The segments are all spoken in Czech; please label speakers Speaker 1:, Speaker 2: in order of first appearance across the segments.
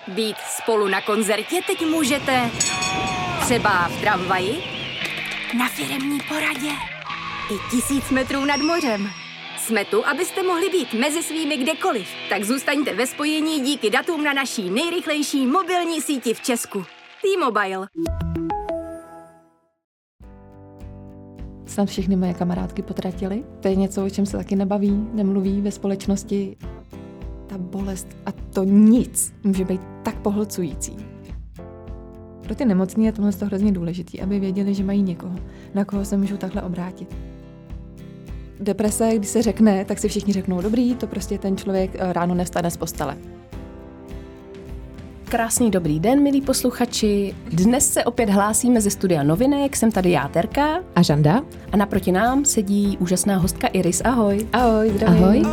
Speaker 1: Být spolu na koncertě teď můžete třeba v tramvaji, na firemní poradě i 1000 metrů nad mořem. Jsme tu, abyste mohli být mezi svými kdekoliv. Tak zůstaňte ve spojení díky datům na naší nejrychlejší mobilní síti v Česku. T-Mobile.
Speaker 2: Snad všechny moje kamarádky potratily. To je něco, o čem se taky nebaví, nemluví ve společnosti. Ta bolest a to nic může být tak pohlcující. Pro ty nemocný je tohle hrozně důležitý, aby věděli, že mají někoho, na koho se můžou takhle obrátit. Deprese, když se řekne, tak si všichni řeknou, dobrý, to prostě ten člověk ráno nevstane z postele.
Speaker 3: Krásný dobrý den, milí posluchači. Dnes se opět hlásíme ze studia Novinek, jsem tady já, Terka.
Speaker 2: A Žanda.
Speaker 3: A naproti nám sedí úžasná hostka Iris, ahoj.
Speaker 2: Ahoj, zdravím.
Speaker 3: Ahoj.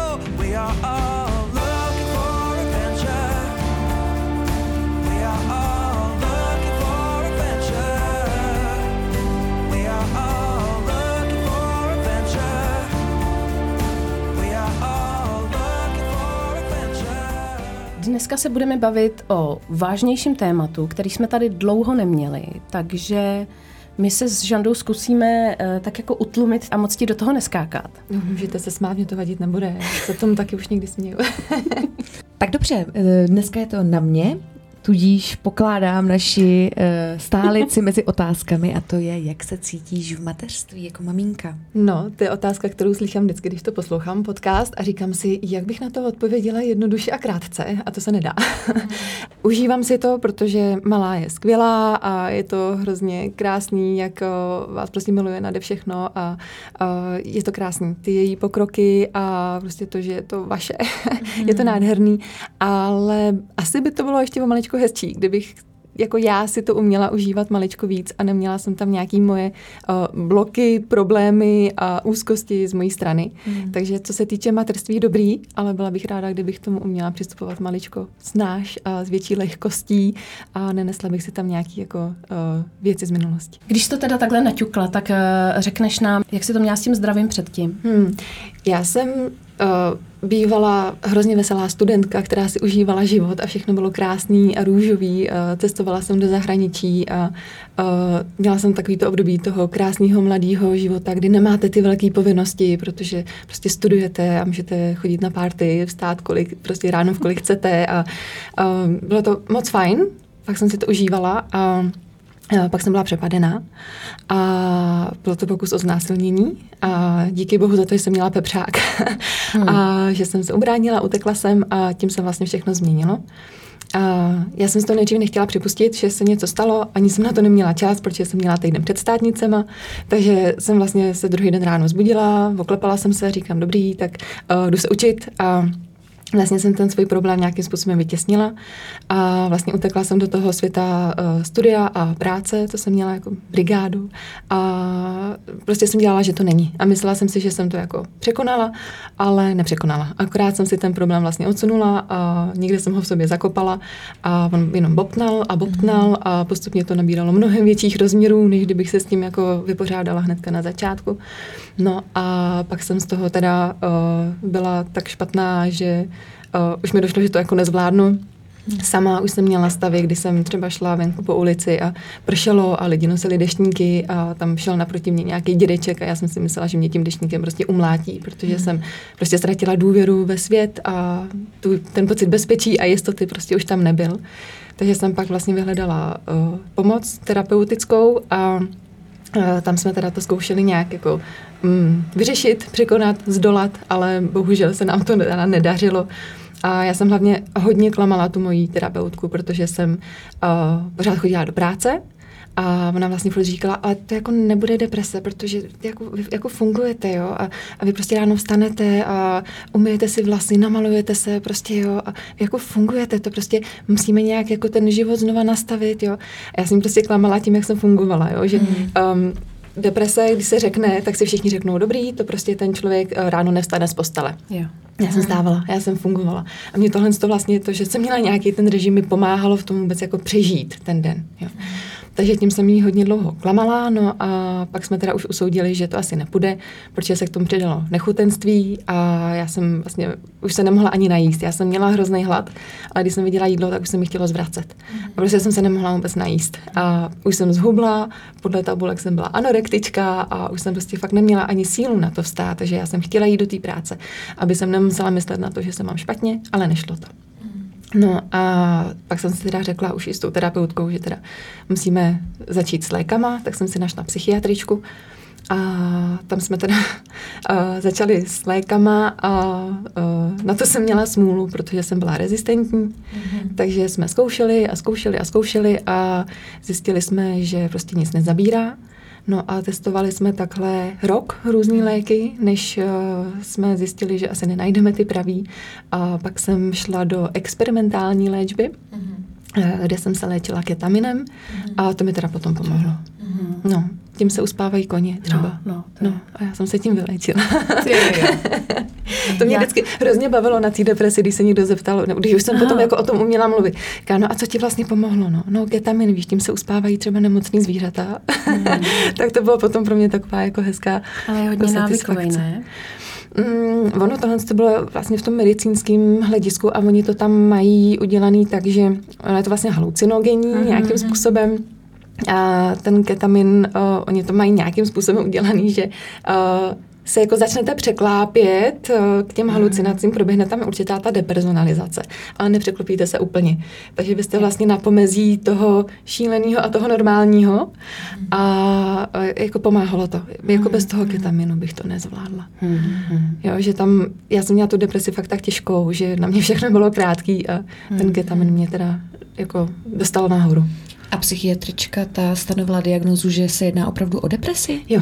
Speaker 3: Dneska se budeme bavit o vážnějším tématu, který jsme tady dlouho neměli, takže my se s Žandou zkusíme tak jako utlumit a moc ti do toho neskákat.
Speaker 2: No, můžete se smát, mě to vadit nebude, se tomu taky už někdy směju.
Speaker 4: Tak dobře, dneska je to na mě, tudíž pokládám naši stálici mezi otázkami a to je, jak se cítíš v mateřství jako maminka?
Speaker 2: No, to je otázka, kterou slychám vždycky, když to poslouchám podcast a říkám si, jak bych na to odpověděla jednoduše a krátce a to se nedá. Užívám si to, protože malá je skvělá a je to hrozně krásný, jak vás prostě miluje nade všechno a je to krásný. Ty její pokroky a prostě to, že je to vaše, je to nádherný, ale asi by to bylo ještě o maličko hezčí, kdybych jako já si to uměla užívat maličko víc a neměla jsem tam nějaký moje bloky, problémy a úzkosti z mojí strany. Takže co se týče mateřství, dobrý, ale byla bych ráda, kdybych tomu uměla přistupovat maličko snáš a s větší lehkostí a nenesla bych si tam nějaký jako věci z minulosti.
Speaker 3: Když to teda takhle naťukla, tak řekneš nám, jak jsi to měla s tím zdravím předtím?
Speaker 2: Já jsem bývala hrozně veselá studentka, která si užívala život a všechno bylo krásný a růžový. Cestovala jsem do zahraničí a měla jsem takový to období toho krásného mladého života, kdy nemáte ty velké povinnosti, protože prostě studujete a můžete chodit na party, vstát prostě ráno v kolik chcete a bylo to moc fajn, fakt jsem si to užívala a pak jsem byla přepadená a byl to pokus o znásilnění a díky bohu za to, že jsem měla pepřák a že jsem se ubránila, utekla jsem a tím se vlastně všechno změnilo. A já jsem si to nejdřív nechtěla připustit, že se něco stalo, ani jsem na to neměla čas, protože jsem měla týden před státnicema, takže jsem vlastně se druhý den ráno zbudila, oklepala jsem se, říkám dobrý, tak jdu se učit a vlastně jsem ten svůj problém nějakým způsobem vytěsnila a vlastně utekla jsem do toho světa studia a práce, to jsem měla jako brigádu a prostě jsem dělala, že to není. A myslela jsem si, že jsem to jako překonala, ale nepřekonala. Akorát jsem si ten problém vlastně odsunula a někde jsem ho v sobě zakopala a on jenom bobtnal a postupně to nabíralo mnohem větších rozměrů, než kdybych se s tím jako vypořádala hnedka na začátku. No a pak jsem z toho teda byla tak špatná, že už mi došlo, že to jako nezvládnu. Sama už jsem měla stavy, kdy jsem třeba šla venku po ulici a pršelo a lidi nosili deštníky a tam šel naproti mě nějaký dědeček a já jsem si myslela, že mě tím deštníkem prostě umlátí, protože jsem prostě ztratila důvěru ve svět a ten pocit bezpečí a jistoty prostě už tam nebyl. Takže jsem pak vlastně vyhledala pomoc terapeutickou a tam jsme teda to zkoušeli nějak jako vyřešit, překonat, zdolat, ale bohužel se nám to nedařilo. A já jsem hlavně hodně klamala tu moji terapeutku, protože jsem pořád chodila do práce a ona vlastně furt říkala, ale to jako nebude deprese, protože jako fungujete, jo, a vy prostě ráno vstanete a umyjete si vlasy, namalujete se, prostě, jo, a vy jako fungujete, to prostě musíme nějak jako ten život znova nastavit, jo. A já jsem prostě klamala tím, jak jsem fungovala, jo, že deprese, když se řekne, tak si všichni řeknou, dobrý, to prostě ten člověk ráno nevstane z postele.
Speaker 3: Jo.
Speaker 2: Já jsem stávala, já jsem fungovala. A mě tohle vlastně to, že jsem měla nějaký ten režim, mi pomáhalo v tom vůbec jako přežít ten den, jo. Takže tím jsem jí hodně dlouho klamala, no a pak jsme teda už usoudili, že to asi nepůjde, protože se k tomu přidalo nechutenství a já jsem vlastně už se nemohla ani najíst. Já jsem měla hrozný hlad, ale když jsem viděla jídlo, tak už se mi chtělo zvracet. A prostě jsem se nemohla vůbec najíst. A už jsem zhubla, podle tabulek jsem byla anorektička a už jsem prostě fakt neměla ani sílu na to vstát, takže já jsem chtěla jít do té práce, aby jsem nemusela myslet na to, že se mám špatně, ale nešlo to. No a pak jsem si teda řekla už i s tou terapeutkou, že teda musíme začít s lékama, tak jsem si našla psychiatričku a tam jsme teda začali s lékama a na to jsem měla smůlu, protože jsem byla rezistentní, takže jsme zkoušeli a zjistili jsme, že prostě nic nezabírá. No a testovali jsme takhle rok různý léky, než jsme zjistili, že asi nenajdeme ty pravý. A pak jsem šla do experimentální léčby, kde jsem se léčila ketaminem a to mi teda potom pomohlo. No, tím se uspávají koně třeba. No, a já jsem se tím vyléčila. To mě vždycky hrozně bavilo na té depresi, když se někdo zeptal, nebo když už jsem potom jako o tom uměla mluvit. Říká, no a co ti vlastně pomohlo? No, ketamin, víš, tím se uspávají třeba nemocný zvířata. Tak to bylo potom pro mě taková jako hezká.
Speaker 3: Ale je hodně návykový, ne?
Speaker 2: Ono tohle to bylo vlastně v tom medicínském hledisku a oni to tam mají udělaný tak, že ono je to vlastně halucinogenní nějakým způsobem. A ten ketamin, oni to mají nějakým způsobem udělaný, že se jako začnete překlápět k těm halucinacím, proběhne tam určitá ta depersonalizace, ale nepřeklopíte se úplně. Takže byste vlastně na pomezí toho šíleného a toho normálního a jako pomáhalo to. Jako bez toho ketaminu bych to nezvládla. Jo, že tam, já jsem měla tu depresi fakt tak těžkou, že na mě všechno bylo krátký a ten ketamin mě teda jako dostal nahoru.
Speaker 4: A psychiatrička ta stanovila diagnózu, že se jedná opravdu o depresi?
Speaker 2: Jo.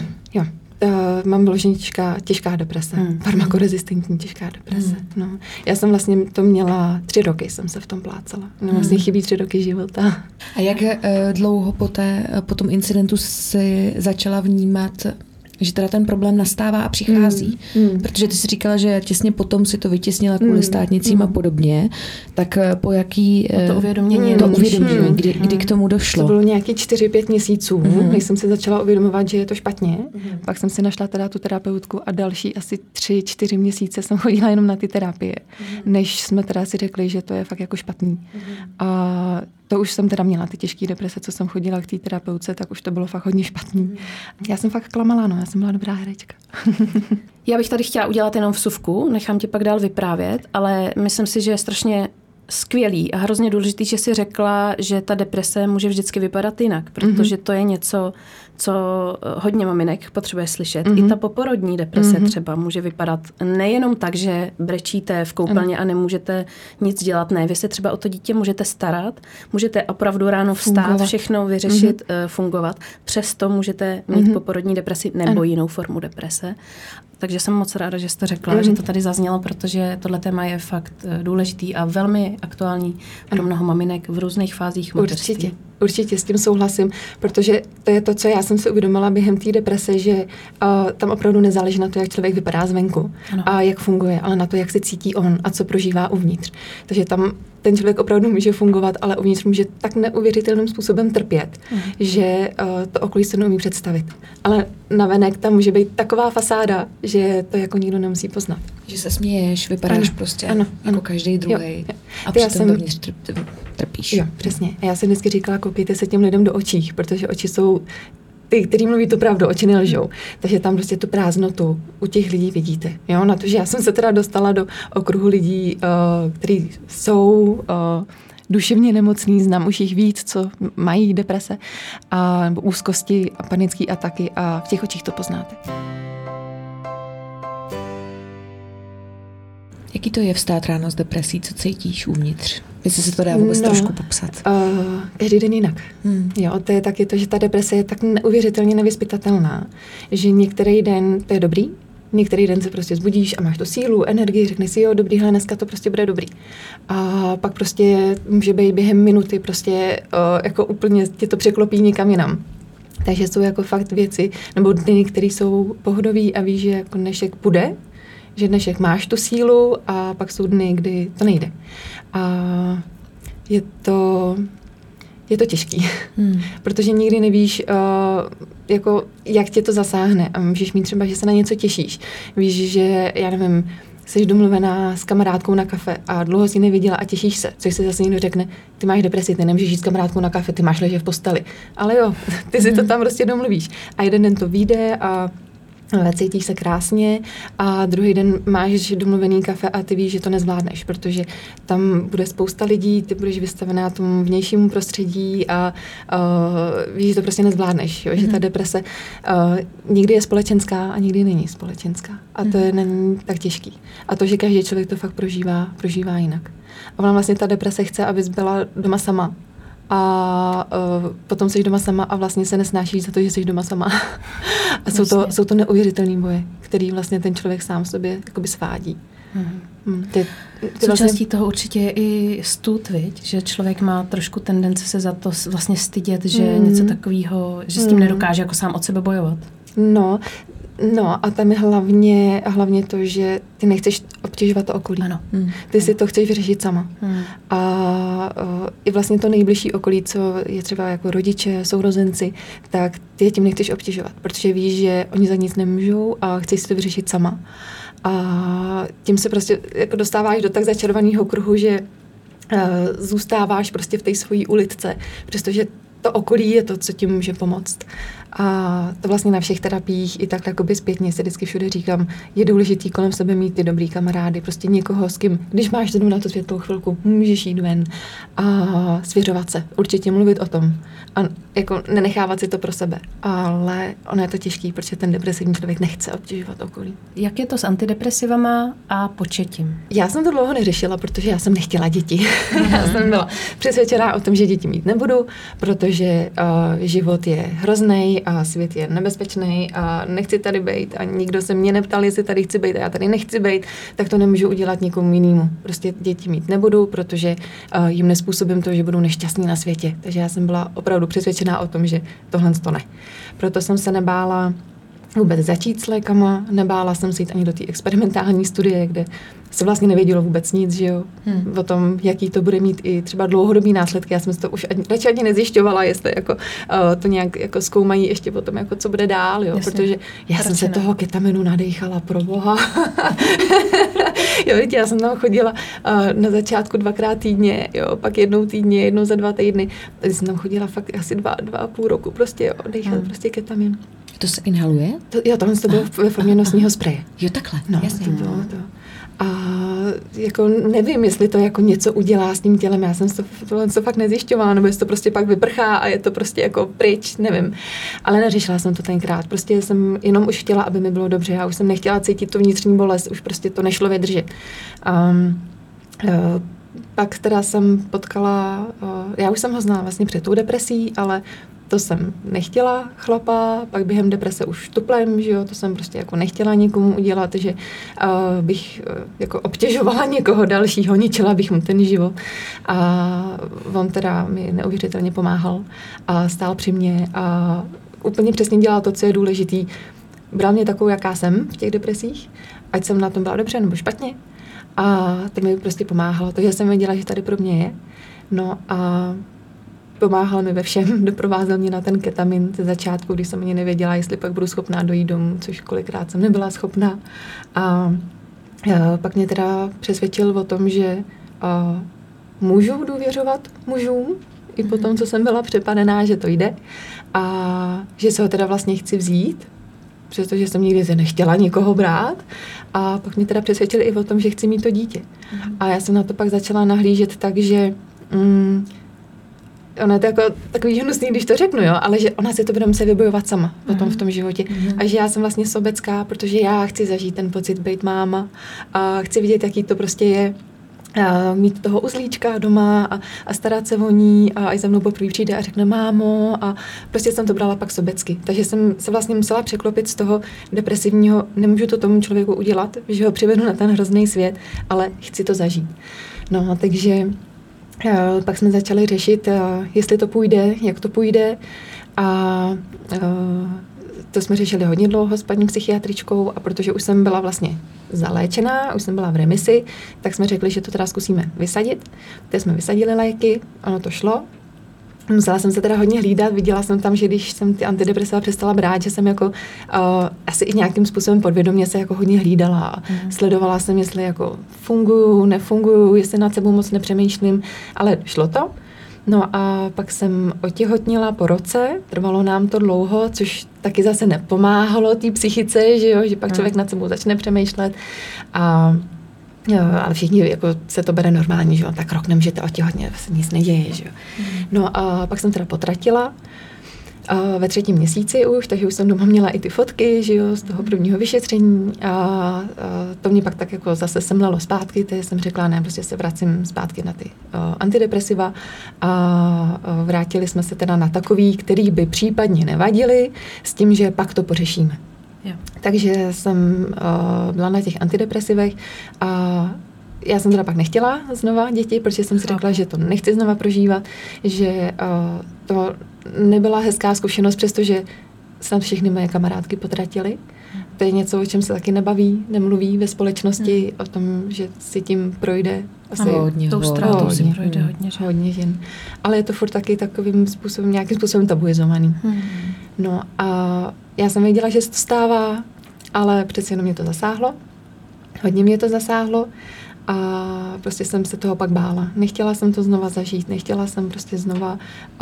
Speaker 2: Mám vyloženě těžká deprese. Farmakorezistentní těžká deprese. No. Já jsem vlastně to měla 3 roky, jsem se v tom plácala. No, vlastně chybí 3 roky života.
Speaker 4: A jak dlouho po tom incidentu si začala vnímat, že teda ten problém nastává a přichází? Protože ty jsi říkala, že těsně potom si to vytěsnila kvůli státnicím a podobně, tak po jaký
Speaker 3: to uvědomění,
Speaker 4: kdy k tomu došlo?
Speaker 2: To bylo nějaký 4-5 měsíců, než jsem si začala uvědomovat, že je to špatně. Pak jsem si našla teda tu terapeutku a další asi 3-4 měsíce jsem chodila jenom na ty terapie, než jsme teda si řekli, že to je fakt jako špatný. A to už jsem teda měla ty těžké deprese, co jsem chodila k té terapeutce, tak už to bylo fakt hodně špatný. Já jsem fakt klamala, já jsem byla dobrá herečka.
Speaker 3: Já bych tady chtěla udělat jenom vsuvku, nechám tě pak dál vyprávět, ale myslím si, že je strašně skvělý a hrozně důležitý, že si řekla, že ta deprese může vždycky vypadat jinak, protože to je něco, co hodně maminek potřebuje slyšet. I ta poporodní deprese třeba může vypadat nejenom tak, že brečíte v koupelně a nemůžete nic dělat. Ne, vy se třeba o to dítě můžete starat, můžete opravdu ráno vstát, všechno vyřešit, fungovat. Přesto můžete mít poporodní depresi nebo jinou formu deprese. Takže jsem moc ráda, že jsi to řekla, že to tady zaznělo, protože tohle téma je fakt důležitý a velmi aktuální pro mnoho maminek v různých fázích mateřství.
Speaker 2: Určitě s tím souhlasím, protože to je to, co já jsem si uvědomila během té deprese, že tam opravdu nezáleží na to, jak člověk vypadá zvenku a jak funguje, ale na to, jak se cítí on a co prožívá uvnitř. Takže tam ten člověk opravdu může fungovat, ale uvnitř může tak neuvěřitelným způsobem trpět, že to okolí se neumí představit. Ale navenek tam může být taková fasáda, že to jako nikdo nemusí poznat.
Speaker 4: Že se směješ, vypadáš jako každý druhý. A přitom dovnitř trpíš.
Speaker 2: Jo, přesně. A já jsem vždycky říkala, koukejte se těm lidem do očí, protože oči jsou ty, kteří mluví tu pravdu, oči nelžou. Takže tam prostě tu prázdnotu u těch lidí vidíte. Jo? Na to, že já jsem se teda dostala do okruhu lidí, kteří jsou duševně nemocný, znám už jich víc, co mají deprese, nebo úzkosti a panické ataky a v těch očích to poznáte.
Speaker 4: Jaký to je vstát ráno s depresí? Co cítíš uvnitř? Jestli se to dá vůbec trošku popsat.
Speaker 2: Každý den jinak. Jo, to je taky to, že ta deprese je tak neuvěřitelně nevyzpytatelná, že některý den to je dobrý, některý den se prostě zbudíš a máš tu sílu, energii, řekneš si, jo, dobrý, hele, dneska to prostě bude dobrý. A pak prostě může být během minuty prostě jako úplně tě to překlopí někam jinam. Takže jsou jako fakt věci, nebo dny, které jsou pohodový a víš, že jako dnešek půjde, že dnešek máš tu sílu a pak jsou dny, kdy to nejde. A je to je to těžký, protože nikdy nevíš, jako, jak tě to zasáhne a můžeš mít třeba, že se na něco těšíš. Víš, že, já nevím, jsi domluvená s kamarádkou na kafe a dlouho si neviděla a těšíš se, což si zase někdo řekne, ty máš depresi, ty nemůžeš jít s kamarádkou na kafe, ty máš ležet v posteli. Ale jo, ty si to tam prostě domluvíš. A jeden den to vyjde a cítíš se krásně a druhý den máš domluvený kafe a ty víš, že to nezvládneš, protože tam bude spousta lidí, ty budeš vystavená tomu vnějšímu prostředí a víš, že to prostě nezvládneš, jo? Že ta deprese někdy je společenská a někdy není společenská a to je není tak těžký. A to, že každý člověk to fakt prožívá jinak. A ona vlastně ta deprese chce, abys byla doma sama. A potom jsi doma sama a vlastně se nesnášíš za to, že jsi doma sama. A jsou to neuvěřitelné boje, který vlastně ten člověk sám sobě jakoby svádí.
Speaker 3: Součástí toho určitě je i stud, viď? Že člověk má trošku tendenci se za to vlastně stydět, že něco takového, že s tím nedokáže jako sám od sebe bojovat.
Speaker 2: No a tam je hlavně to, že ty nechceš obtěžovat to okolí.
Speaker 3: Ano.
Speaker 2: Ty si to chceš vyřešit sama. A i vlastně to nejbližší okolí, co je třeba jako rodiče, sourozenci, tak ty je tím nechceš obtěžovat, protože víš, že oni za nic nemůžou a chceš si to vyřešit sama. A tím se prostě jako dostáváš do tak začarovaného kruhu, že zůstáváš prostě v té svojí ulitce, přestože to okolí je to, co ti může pomoct. A to vlastně na všech terapiích i tak jakoby zpětně se vždycky všude říkám, je důležitý kolem sebe mít ty dobrý kamarády, prostě někoho, s kým, když máš jdu na tu světlou chvilku, můžeš jít ven a svěřovat se, určitě mluvit o tom a jako nenechávat si to pro sebe, ale ono je to těžký, protože ten depresivní člověk nechce obtěžovat okolí.
Speaker 3: Jak je to s antidepresivama a početím?
Speaker 2: Já jsem to dlouho neřešila, protože já jsem nechtěla děti. Já jsem byla přesvědčená o tom, že děti mít nebudu, protože život je hroznej a svět je nebezpečný a nechci tady bejt a nikdo se mě neptal, jestli tady chci bejt a já tady nechci bejt, tak to nemůžu udělat nikomu jinému. Prostě děti mít nebudu, protože jim nezpůsobím to, že budou nešťastní na světě. Takže já jsem byla opravdu přesvědčená o tom, že tohle to ne. Proto jsem se nebála vůbec začít s lékama, nebála jsem se jít ani do té experimentální studie, kde se vlastně nevědělo vůbec nic, že jo, o tom, jaký to bude mít i třeba dlouhodobý následky. Já jsem si to už radši ani nezjišťovala, jestli jako, to nějak jako zkoumají ještě potom, jako co bude dál, jo, protože já jsem se toho ketaminu nadejchala, pro boha. Jo, víte, já jsem tam chodila na začátku 2krát týdně, jo, pak jednou týdně, jednou za 2 týdny. Tady jsem tam chodila fakt asi 2,5 roku, prostě jo, dejchat prostě ketamin.
Speaker 4: To se inhaluje?
Speaker 2: Tohle to bylo ve formě nosního spreje.
Speaker 4: Jo, takhle.
Speaker 2: No, jasně. To bylo to. A jako nevím, jestli to jako něco udělá s tím tělem, já jsem to fakt nezjišťovala, nebo jestli to prostě pak vyprchá a je to prostě jako pryč, nevím. Ale neřešila jsem to tenkrát, prostě jsem jenom už chtěla, aby mi bylo dobře, já už jsem nechtěla cítit tu vnitřní bolest, už prostě to nešlo vydržet. Pak teda jsem potkala, já už jsem ho znala vlastně před tou depresí, ale to jsem nechtěla chlapa, pak během deprese už tuplem, že jo, to jsem prostě jako nechtěla nikomu udělat, že bych jako obtěžovala někoho dalšího, ničila bych mu ten život. A on teda mi neuvěřitelně pomáhal a stál při mě a úplně přesně dělal to, co je důležitý. Bral mě takovou, jaká jsem v těch depresích, ať jsem na tom byla dobře nebo špatně. A tak mi prostě pomáhalo, takže jsem věděla, že tady pro mě je. No a pomáhal mi ve všem, doprovázel mě na ten ketamin ze začátku, když jsem ani nevěděla, jestli pak budu schopná dojít domů, což kolikrát jsem nebyla schopná. A pak mě teda přesvědčil o tom, že můžu důvěřovat mužům, i po tom, co jsem byla přepadená, že to jde. A že se ho teda vlastně chci vzít, přestože jsem nikdy nechtěla nikoho brát. A pak mě teda přesvědčil i o tom, že chci mít to dítě. A já jsem na to pak začala nahlížet tak, že ono je to jako takový hnusný, když to řeknu, jo, ale že ona si to bude muset vybojovat sama potom v tom životě. A že já jsem vlastně sobecká, protože já chci zažít ten pocit být máma a chci vidět, jaký to prostě je mít toho uzlíčka doma a starat se o ní a i za mnou poprvé přijde a řekne mámo a prostě jsem to brala pak sobecky. Takže jsem se vlastně musela překlopit z toho depresivního, nemůžu to tomu člověku udělat, že ho přivedu na ten hrozný svět, ale chci to zažít. No, takže pak jsme začali řešit, jestli to půjde, jak to půjde a to jsme řešili hodně dlouho s paní psychiatričkou a protože už jsem byla vlastně zaléčená, už jsem byla v remisi, tak jsme řekli, že to teda zkusíme vysadit. Teď jsme vysadili léky, ono to šlo Musela jsem se teda hodně hlídat, viděla jsem tam, že když jsem ty antidepresiva přestala brát, že jsem jako asi i nějakým způsobem podvědomě se jako hodně hlídala a sledovala jsem, jestli jako funguju, nefunguju, jestli nad sebou moc nepřemýšlím, ale šlo to. No a pak jsem otěhotnila po roce, trvalo nám to dlouho, což taky zase nepomáhalo té psychice, že jo, že pak člověk nad sebou začne přemýšlet a jo, ale všichni jako se to bere normálně, že jo, tak rok nemůžete otěhotnět, se nic neděje, že jo. No a pak jsem teda potratila ve 3. měsíci už, takže už jsem doma měla i ty fotky, že jo, z toho prvního vyšetření a to mě pak tak jako zase semlelo zpátky, takže jsem řekla, ne, prostě se vracím zpátky na ty antidepresiva a vrátili jsme se teda na takový, který by případně nevadili, s tím, že pak to pořešíme. Jo. Takže jsem byla na těch antidepresivech a já jsem teda pak nechtěla znova děti, protože jsem si řekla, že to nechci znova prožívat, že to nebyla hezká zkušenost, přestože se tam všechny moje kamarádky potratily. To je něco, o čem se taky nebaví, nemluví ve společnosti, o tom, že si tím projde asi
Speaker 3: tou ztrátou si projde
Speaker 2: hodně žen. Ale je to furt taky takovým způsobem, nějakým způsobem tabuizovaný. No a já jsem věděla, že se to stává, ale přece jenom mě to zasáhlo. Hodně mě to zasáhlo a prostě jsem se toho pak bála. Nechtěla jsem to znova zažít, nechtěla jsem prostě znova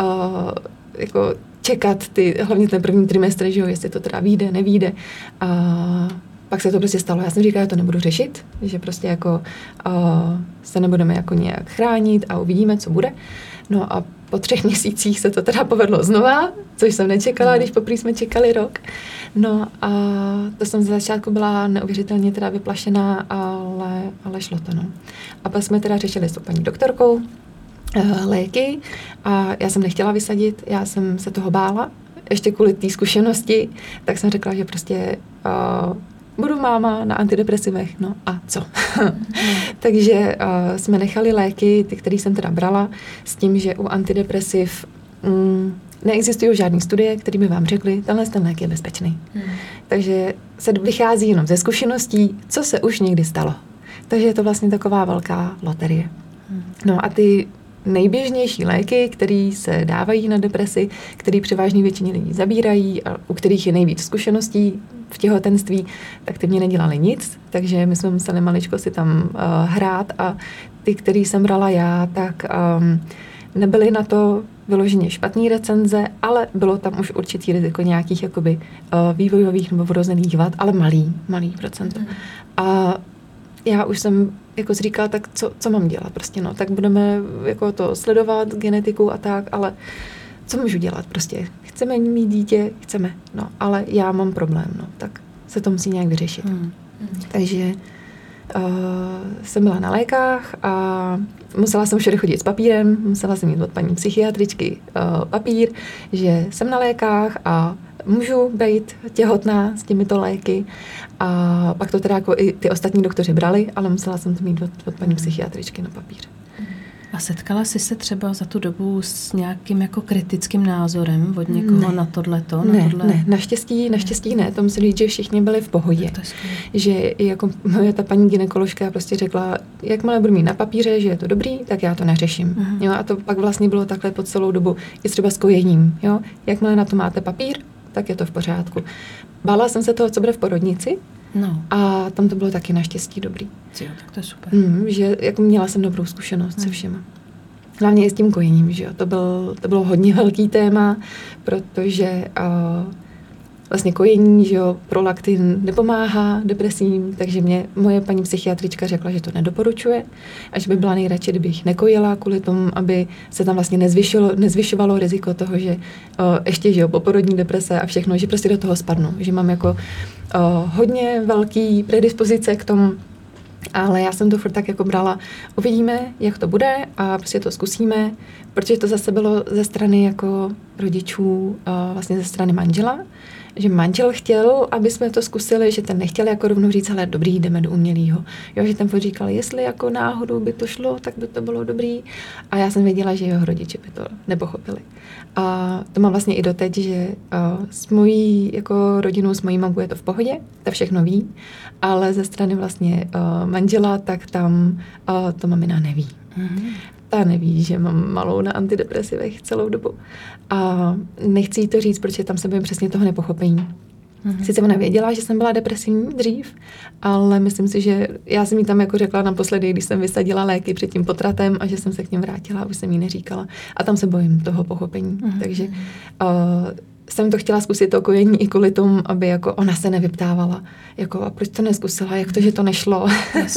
Speaker 2: jako čekat hlavně ten první trimestr, že jo, jestli to teda vyjde, nevyjde. A pak se to prostě stalo. Já jsem říkala, že to nebudu řešit, že prostě jako se nebudeme jako nějak chránit a uvidíme, co bude. No a po 3 měsících se to teda povedlo znova, což jsem nečekala, když poprvé jsme čekali rok. No a to jsem ze začátku byla neuvěřitelně teda vyplašená, ale šlo to, no. A pak jsme teda řešili s paní doktorkou léky a já jsem nechtěla vysadit, já jsem se toho bála, ještě kvůli té zkušenosti, tak jsem řekla, že prostě budu máma na antidepresivech, no a co? Takže jsme nechali léky, ty, které jsem teda brala, s tím, že u antidepresiv neexistují žádné studie, které by vám řekly, ten lék je bezpečný. Takže se vychází jenom ze zkušeností, co se už někdy stalo. Takže je to vlastně taková velká loterie. No a ty nejběžnější léky, které se dávají na depresi, které převážně většině lidí zabírají a u kterých je nejvíc zkušeností v těhotenství, tak ty mě nedělaly nic, takže my jsme museli maličko si tam hrát a ty, který jsem brala já, tak nebyly na to vyloženě špatné recenze, ale bylo tam už určitý riziko nějakých jakoby vývojových nebo vrozených vad, ale malý procento. A já už jsem jako říkala, tak co mám dělat prostě, no, tak budeme jako to sledovat, genetiku a tak, ale co můžu dělat prostě, chceme mít dítě, chceme, no, ale já mám problém, no, tak se to musí nějak vyřešit. Takže jsem byla na lékách a musela jsem všude chodit s papírem, musela jsem mít od paní psychiatričky papír, že jsem na lékách a můžu být těhotná s těmito léky a pak to teda jako i ty ostatní doktoři brali, ale musela jsem to mít od paní psychiatričky na papíře.
Speaker 3: A setkala jsi se třeba za tu dobu s nějakým jako kritickým názorem od někoho na tohleto?
Speaker 2: Ne, naštěstí ne, to musím říct, že všichni byli v pohodě. Že jako ta paní gynekoložka prostě řekla, jakmile budu mít na papíře, že je to dobrý, tak já to neřeším. Jo, a to pak vlastně bylo takhle po celou dobu, i třeba s kojením. Jo? Jakmile na to máte papír, tak je to v pořádku. Bála jsem se toho, co bude v porodnici, a tam to bylo taky naštěstí dobrý.
Speaker 3: Jo, tak to je super.
Speaker 2: Že jako měla jsem dobrou zkušenost se všema. Hlavně i s tím kojením, že jo. To bylo hodně velký téma, protože vlastně kojení, že jo, prolaktin nepomáhá depresím, takže mě moje paní psychiatrička řekla, že to nedoporučuje a že by byla nejradši, kdybych nekojila kvůli tomu, aby se tam vlastně nezvyšovalo riziko toho, že ještě, že jo, poporodní deprese a všechno, že prostě do toho spadnu, že mám jako hodně velký predispozice k tomu, ale já jsem to furt tak jako brala, uvidíme, jak to bude a prostě to zkusíme, protože to zase bylo ze strany jako rodičů, vlastně ze strany manžela, že manžel chtěl, aby jsme to zkusili, že ten nechtěl jako rovnou říct, ale dobrý, jdeme do umělýho. Jo, že ten říkal, jestli jako náhodou by to šlo, tak by to bylo dobrý. A já jsem věděla, že jeho rodiče by to nepochopili. A to mám vlastně i doteď, že s mojí jako rodinou, s mojí mamkou je to v pohodě, ta všechno ví, ale ze strany vlastně manžela, tak tam to mamina neví. ta neví, že mám malou na antidepresivech celou dobu. A nechci jí to říct, protože tam se bojím přesně toho nepochopení. Sice ona věděla, že jsem byla depresivní dřív, ale myslím si, že já jsem jí tam jako řekla naposledy, když jsem vysadila léky před tím potratem a že jsem se k něm vrátila a už jsem jí neříkala. A tam se bojím toho pochopení. Takže jsem to chtěla zkusit to kojení i kvůli tomu, aby jako ona se nevyptávala. Jako, a proč to neskusila, jak to, že to nešlo.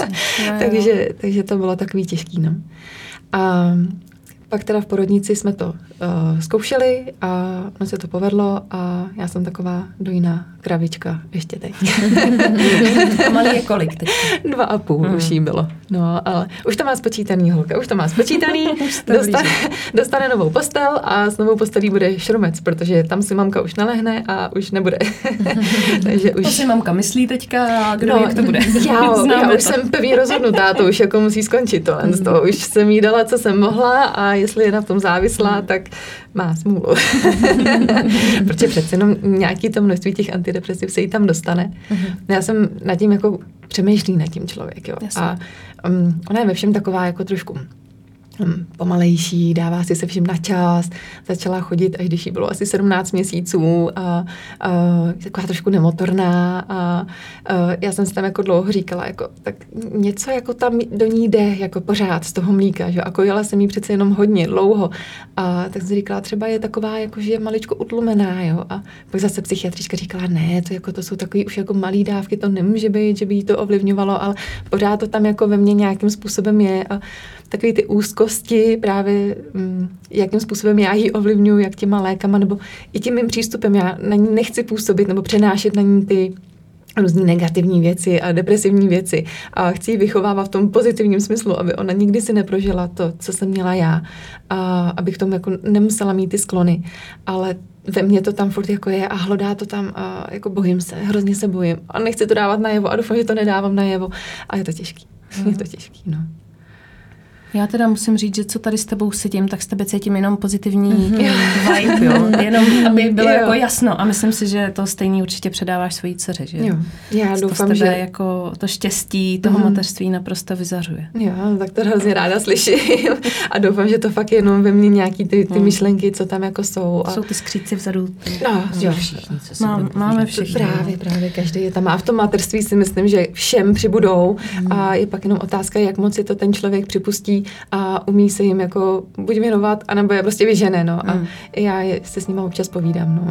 Speaker 2: takže to bylo takový těžký. No. A pak teda v porodnici jsme to zkoušeli a no se to povedlo a já jsem taková dojná kravička ještě teď.
Speaker 3: A malý je kolik teď?
Speaker 2: 2,5 už jí bylo. No, ale už to má spočítaný holka, už to má spočítaný. Dostane novou postel a s novou postelí bude šrumec, protože tam si mamka už nalehne a už nebude. Takže už...
Speaker 3: To si mamka myslí teďka a kdo ví, jak to bude.
Speaker 2: Já už jsem pevně rozhodnutá, to už jako musí skončit tohle z toho. Už jsem jí dala, co jsem mohla a jestli je na tom závislá, tak má smůlu. Protože přece jenom nějaký to množství těch antidepresiv se jí tam dostane. Já jsem nad tím jako přemýšlí nad tím člověk. Jo. A ona je ve všem taková jako trošku pomalejší, dává si se všem na čas, začala chodit, až když jí bylo asi 17 měsíců a taková trošku nemotorná a já jsem si tam jako dlouho říkala, jako, tak něco jako tam do ní jde, jako pořád z toho mlíka, že? A kojila jsem jí přece jenom hodně dlouho a tak jsem si říkala, třeba je taková, jako, že je maličko utlumená, jo? A pak zase psychiatrička říkala, ne, to jsou takový už jako malý dávky, to nemůže být, že by jí to ovlivňovalo, ale pořád to tam jako ve mně nějakým způsobem je a takový ty úzkosti právě, jakým způsobem já ji ovlivňuji, jak těma lékama, nebo i tím mým přístupem. Já na ní nechci působit nebo přenášet na ní ty různý negativní věci a depresivní věci. A chci ji vychovávat v tom pozitivním smyslu, aby ona nikdy si neprožila to, co jsem měla já. A abych tomu jako nemusela mít ty sklony. Ale ve mně to tam furt jako je a hlodá to tam a jako bojím se, hrozně se bojím. A nechci to dávat najevo a doufám, že to nedávám najevo. A je to těžký. Je to těžký, no.
Speaker 3: Já teda musím říct, že co tady s tebou sedím, tak s tebe cítím jenom pozitivní vibe, jo. Jenom, aby bylo jako jasno. A myslím si, že to stejný určitě předáváš svojí dceři, že?
Speaker 2: Jo. Já doufám,
Speaker 3: to
Speaker 2: že
Speaker 3: jako to štěstí toho mateřství naprosto vyzařuje.
Speaker 2: Jo, tak to hrozně ráda slyším. A doufám, že to fakt jenom ve mně nějaký ty myšlenky, co tam jako jsou.
Speaker 3: Jsou ty skříci vzadu.
Speaker 2: No, jo.
Speaker 3: Všichni, co máme všichni.
Speaker 2: Právě, každý je tam. A v tom mateřství si myslím, že všem přibudou. A je pak jenom otázka, jak moc si to ten člověk připustí a umí se jim jako buď věnovat, anebo je prostě vyžene, no. A já se s nima občas povídám, no.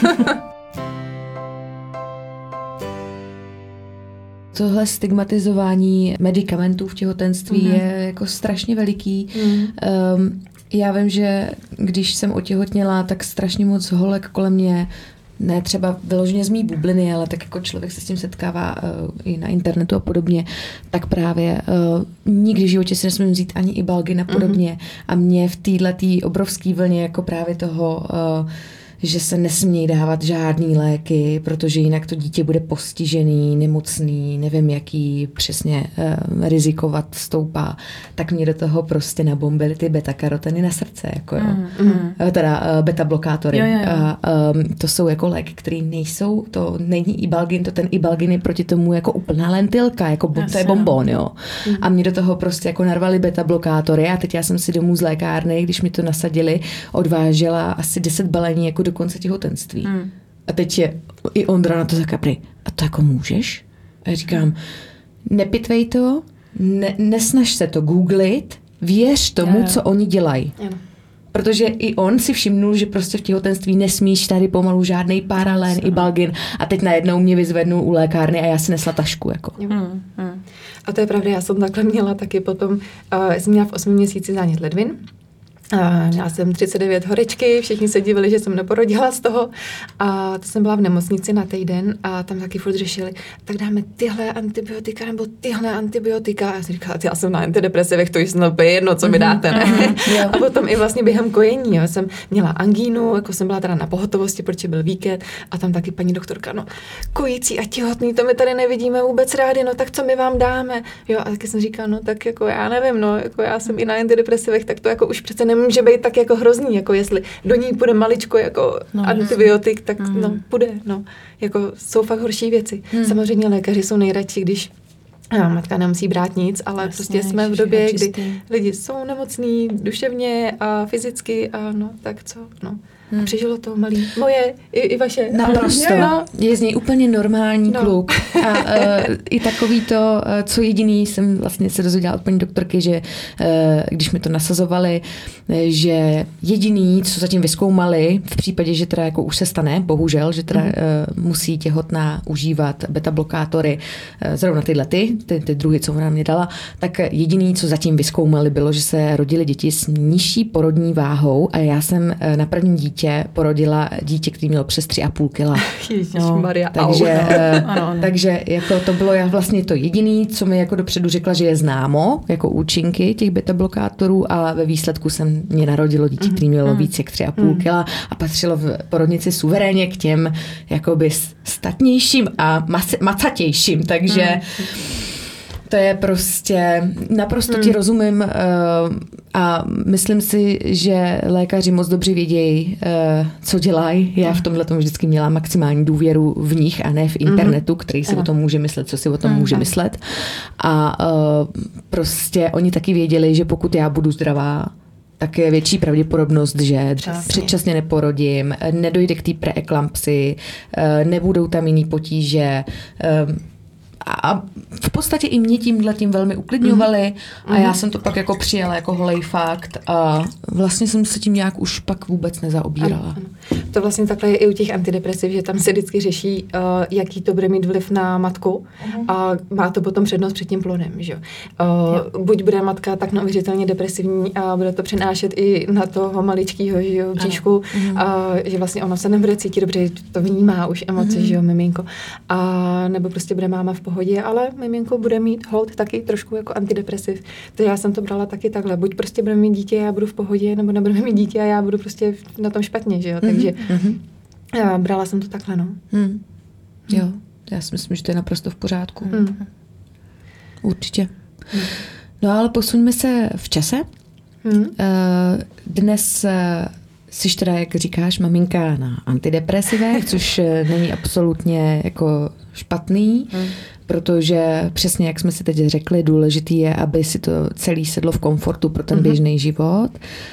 Speaker 4: Tohle stigmatizování medikamentů v těhotenství je jako strašně veliký. Já vím, že když jsem otěhotněla, tak strašně moc holek kolem mě, ne třeba vyloženě z mý bubliny, ale tak jako člověk se s tím setkává i na internetu a podobně, tak právě nikdy v životě si nesmím vzít ani Ibalgin a podobně. A mě v této obrovské vlně jako právě toho, že se nesmějí dávat žádný léky, protože jinak to dítě bude postižený, nemocný, nevím, jaký přesně rizikovat stoupá, tak mě do toho prostě nabombily ty beta-karoteny na srdce, jako jo. Teda beta-blokátory.
Speaker 3: Jo.
Speaker 4: To jsou jako léky, které nejsou, to není Ibalgin, to ten Ibalgin je proti tomu jako úplná lentilka, jako to je bonbon, jo. A mě do toho prostě jako narvali beta-blokátory a teď já jsem si domů z lékárny, když mi to nasadili, odvážela asi 10 balení jako do konce těhotenství. A teď je i Ondra na to zakapry. A to jako můžeš? A já říkám, nepitvej to, nesnaž se to googlit, věř tomu, co oni dělají. Protože i on si všimnul, že prostě v těhotenství nesmíš tady pomalu žádnej paralén, Ibalgin a teď najednou mě vyzvednul u lékárny a já si nesla tašku. Jako.
Speaker 2: A to je pravda, já jsem takhle měla taky potom, jsem měla v 8 měsíci zánět ledvin. Měla jsem 39 horečky, všichni se divili, že jsem neporodila z toho a to jsem byla v nemocnici na týden a tam taky furt řešili, tak dáme tyhle antibiotika nebo tyhle antibiotika. A já jsem říkala, já jsem na antidepresivech, to jsem jedno, co mi dáte, ne? A potom i vlastně během kojení, já jsem měla angínu, jako jsem byla teda na pohotovosti, protože byl víkend a tam taky paní doktorka, no kojící a těhotný, to my tady nevidíme vůbec rádi, no tak co my vám dáme? Jo, a taky jsem říkala, no tak jako já nevím, no jako já jsem i na antidepresivech, tak to jako už přece nemůže být tak jako hrozný, jako jestli do ní půjde maličko jako antibiotik, tak no půjde, no. Jako jsou fakt horší věci. Samozřejmě lékaři jsou nejradši, když Matka nemusí brát nic, ale
Speaker 3: Jasně,
Speaker 2: prostě jsme v době,
Speaker 3: čistý.
Speaker 2: kdy lidi jsou nemocní duševně a fyzicky a no, tak co, no. A přežilo to malý. Moje, i vaše.
Speaker 4: Naprosto.
Speaker 2: No.
Speaker 4: Je z něj úplně normální kluk. A i takový to, co jediný jsem vlastně se dozvěděla od paní doktorky, že když mi to nasazovali, že jediný, co zatím vyzkoumali, v případě, že teda jako už se stane, bohužel, že teda musí těhotná užívat beta-blokátory, zrovna ty druhy, co ona mě dala, tak jediný, co zatím vyzkoumali, bylo, že se rodily děti s nižší porodní váhou a já jsem na prvním dítě porodila dítě, který mělo přes 3,5 kila.
Speaker 2: Ježišmarja,
Speaker 4: takže jako to bylo vlastně to jediný, co mi jako dopředu řekla, že je známo, jako účinky těch beta-blokátorů, a ve výsledku mě narodilo dítě, který mělo víc jak 3,5 kila a patřilo v porodnici suverénně k těm jakoby statnějším a macatějším, takže to je prostě, naprosto ti rozumím a myslím si, že lékaři moc dobře vědějí, co dělají. Já v tomhle tomu vždycky měla maximální důvěru v nich a ne v internetu, který si o tom může myslet, co si o tom může myslet. A prostě oni taky věděli, že pokud já budu zdravá, tak je větší pravděpodobnost, že předčasně neporodím, nedojde k té preeklampsii, nebudou tam jiný potíže. A v podstatě i mě tímhletím velmi uklidňovali a já jsem to pak jako přijala jako holej fakt a vlastně jsem se tím nějak už pak vůbec nezaobírala.
Speaker 2: Ano. To vlastně takhle je i u těch antidepresiv, že tam se vždycky řeší, jaký to bude mít vliv na matku a má to potom přednost před tím plodem. Že? Buď bude matka tak neuvěřitelně depresivní a bude to přenášet i na toho maličkýho bříšku, že vlastně ono se nebude cítit dobře, to vnímá už emoce, že jo, miminko. A nebo prostě bude máma v pohodě, ale miminko bude mít hold taky trošku jako antidepresiv. To já jsem to brala taky takhle. Buď prostě budeme mít dítě a já budu v pohodě, nebo nebudeme mít dítě a já budu prostě na tom špatně, že jo. Takže brala jsem to takhle, no.
Speaker 4: Jo, já si myslím, že to je naprosto v pořádku. Určitě. No ale posuňme se v čase. Dnes jsi teda, jak říkáš, maminka na antidepresivech, což není absolutně jako špatný, protože přesně jak jsme si teď řekli, důležitý je, aby si to celý sedlo v komfortu pro ten běžný život.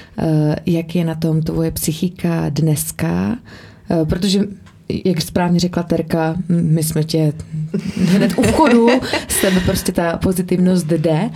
Speaker 4: Jak je na tom tvoje psychika dneska? Protože jak správně řekla Terka, my jsme tě hned u vchodu, z tebe prostě ta pozitivnost jde.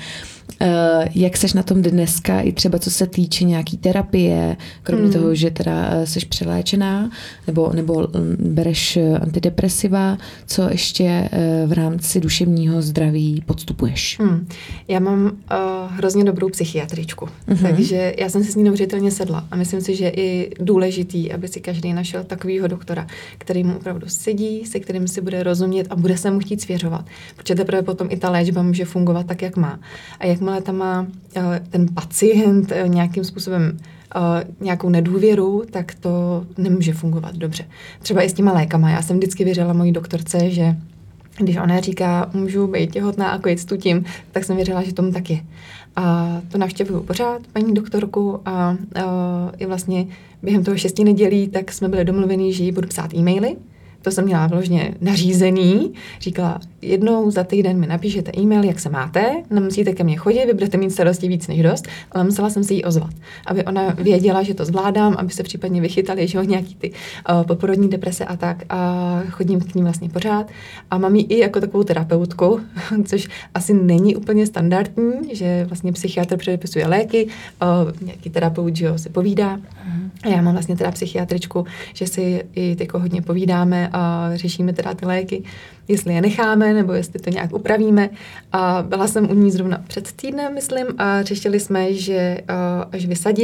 Speaker 4: Jak seš na tom dneska, i třeba co se týče nějaký terapie, kromě toho, že teda seš přeléčená, nebo bereš antidepresiva, co ještě v rámci duševního zdraví podstupuješ?
Speaker 2: Já mám hrozně dobrou psychiatričku, takže já jsem se s ní neuvěřitelně sedla a myslím si, že je i důležitý, aby si každý našel takovýho doktora, který mu opravdu sedí, se kterým si bude rozumět a bude se mu chtít svěřovat, protože teprve potom i ta léčba může fungovat tak, jak má. A jakmile tam má ten pacient nějakým způsobem nějakou nedůvěru, tak to nemůže fungovat dobře. Třeba i s těma lékama. Já jsem vždycky věřila mojí doktorce, že když ona říká, můžu být těhotná a kojit s tutím, tak jsem věřila, že tomu tak je. A to navštěvuju pořád, paní doktorku, a i vlastně během toho 6 nedělí, tak jsme byli domluvení, že jí budu psát e-maily. To jsem měla vložně nařízený. Říkala, jednou za týden mi napíšete e-mail, jak se máte, nemusíte ke mně chodit, vy budete mít starosti víc než dost, ale musela jsem si jí ozvat, aby ona věděla, že to zvládám, aby se případně vychytali, že nějaký ty poporodní deprese a tak. A chodím k ní vlastně pořád. A mám ji i jako takovou terapeutku, což asi není úplně standardní, že vlastně psychiatr předepisuje léky, nějaký terapeut, že jo, se povídá. A já mám vlastně teda psychiatričku, že si i jako hodně povídáme a řešíme teda ty léky, jestli je necháme, nebo jestli to nějak upravíme. A byla jsem u ní zrovna před týdnem, myslím, a řešili jsme, že až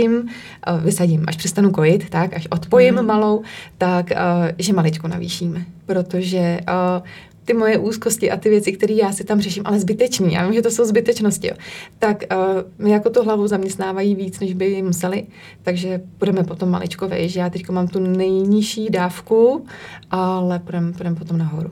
Speaker 2: vysadím, až přestanu kojit, tak, až odpojím malou, tak, že maličko navýšíme. Protože ty moje úzkosti a ty věci, které já si tam řeším, ale zbytečný, já vím, že to jsou zbytečnosti, jo. Tak mi jako to hlavu zaměstnávají víc, než by museli, takže budeme potom maličko vejš. Já teď mám tu nejnižší dávku, ale půjdeme potom nahoru.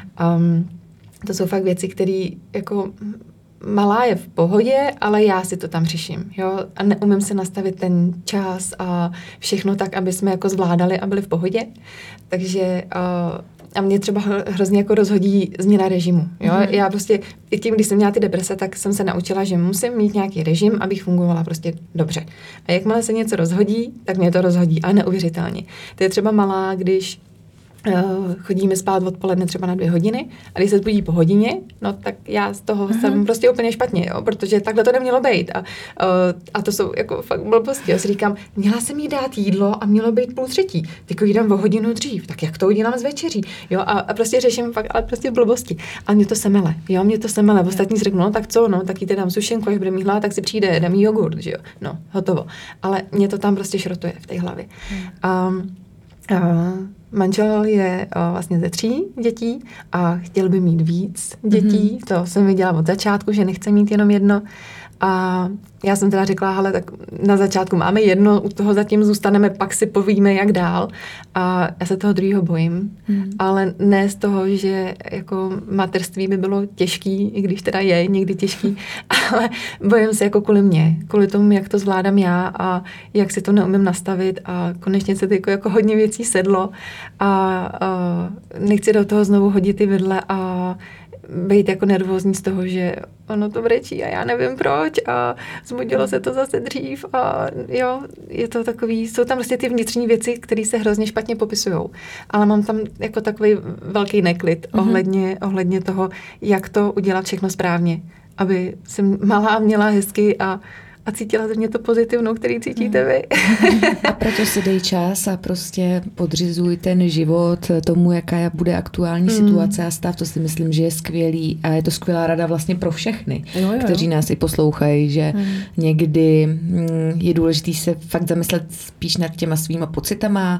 Speaker 2: To jsou fakt věci, které jako malá je v pohodě, ale já si to tam řeším, jo, a neumím si nastavit ten čas a všechno tak, aby jsme jako zvládali a byli v pohodě, takže A mě třeba hrozně jako rozhodí změna režimu. Jo? Já prostě, i tím, když jsem měla ty deprese, tak jsem se naučila, že musím mít nějaký režim, abych fungovala prostě dobře. A jakmile se něco rozhodí, tak mě to rozhodí. A neuvěřitelně. To je třeba malá, když chodíme spát odpoledne třeba na 2 hodiny a když se zbudí po hodině, no tak já z toho jsem prostě úplně špatně, jo, protože takhle to nemělo být. A to jsou jako fakt blbosti. Já si říkám, měla jsem jí dát jídlo a mělo být 2:30. Tyko jí dám o hodinu dřív, tak jak to udělám z večeří? Jo, a prostě řeším fakt, ale prostě blbosti. A mě to semele, jo, mě to semele. Ostatní si řeknou, no tak co, no, tak jí dám sušenku, až bude mít hlad, tak si přijde, dám jí jogurt, že jo. No, hotovo. Ale mě to tam prostě šrotuje v té hlavě. Manžel je vlastně ze 3 dětí a chtěl by mít víc dětí. To jsem viděla od začátku, že nechce mít jenom jedno. A já jsem teda řekla, hele, tak na začátku máme jedno, u toho zatím zůstaneme, pak si povíme, jak dál. A já se toho druhého bojím, ale ne z toho, že jako mateřství by bylo těžký, i když teda je někdy těžký, ale bojím se jako kvůli mě, kvůli tomu, jak to zvládám já a jak si to neumím nastavit a konečně se to jako hodně věcí sedlo a nechci do toho znovu hodit ty vidle a být jako nervózní z toho, že ono to brečí a já nevím proč a zbudilo se to zase dřív a jo, je to takový, jsou tam prostě ty vnitřní věci, které se hrozně špatně popisujou, ale mám tam jako takový velký neklid ohledně toho, jak to udělat všechno správně, aby jsem malá měla hezky a cítila ze mě to pozitivnou, který cítíte vy.
Speaker 4: A proto si dej čas a prostě podřizuj ten život tomu, jaká bude aktuální situace a stav. To si myslím, že je skvělý a je to skvělá rada vlastně pro všechny, kteří nás i poslouchají, že někdy je důležitý se fakt zamyslet spíš nad těma svýma pocitama,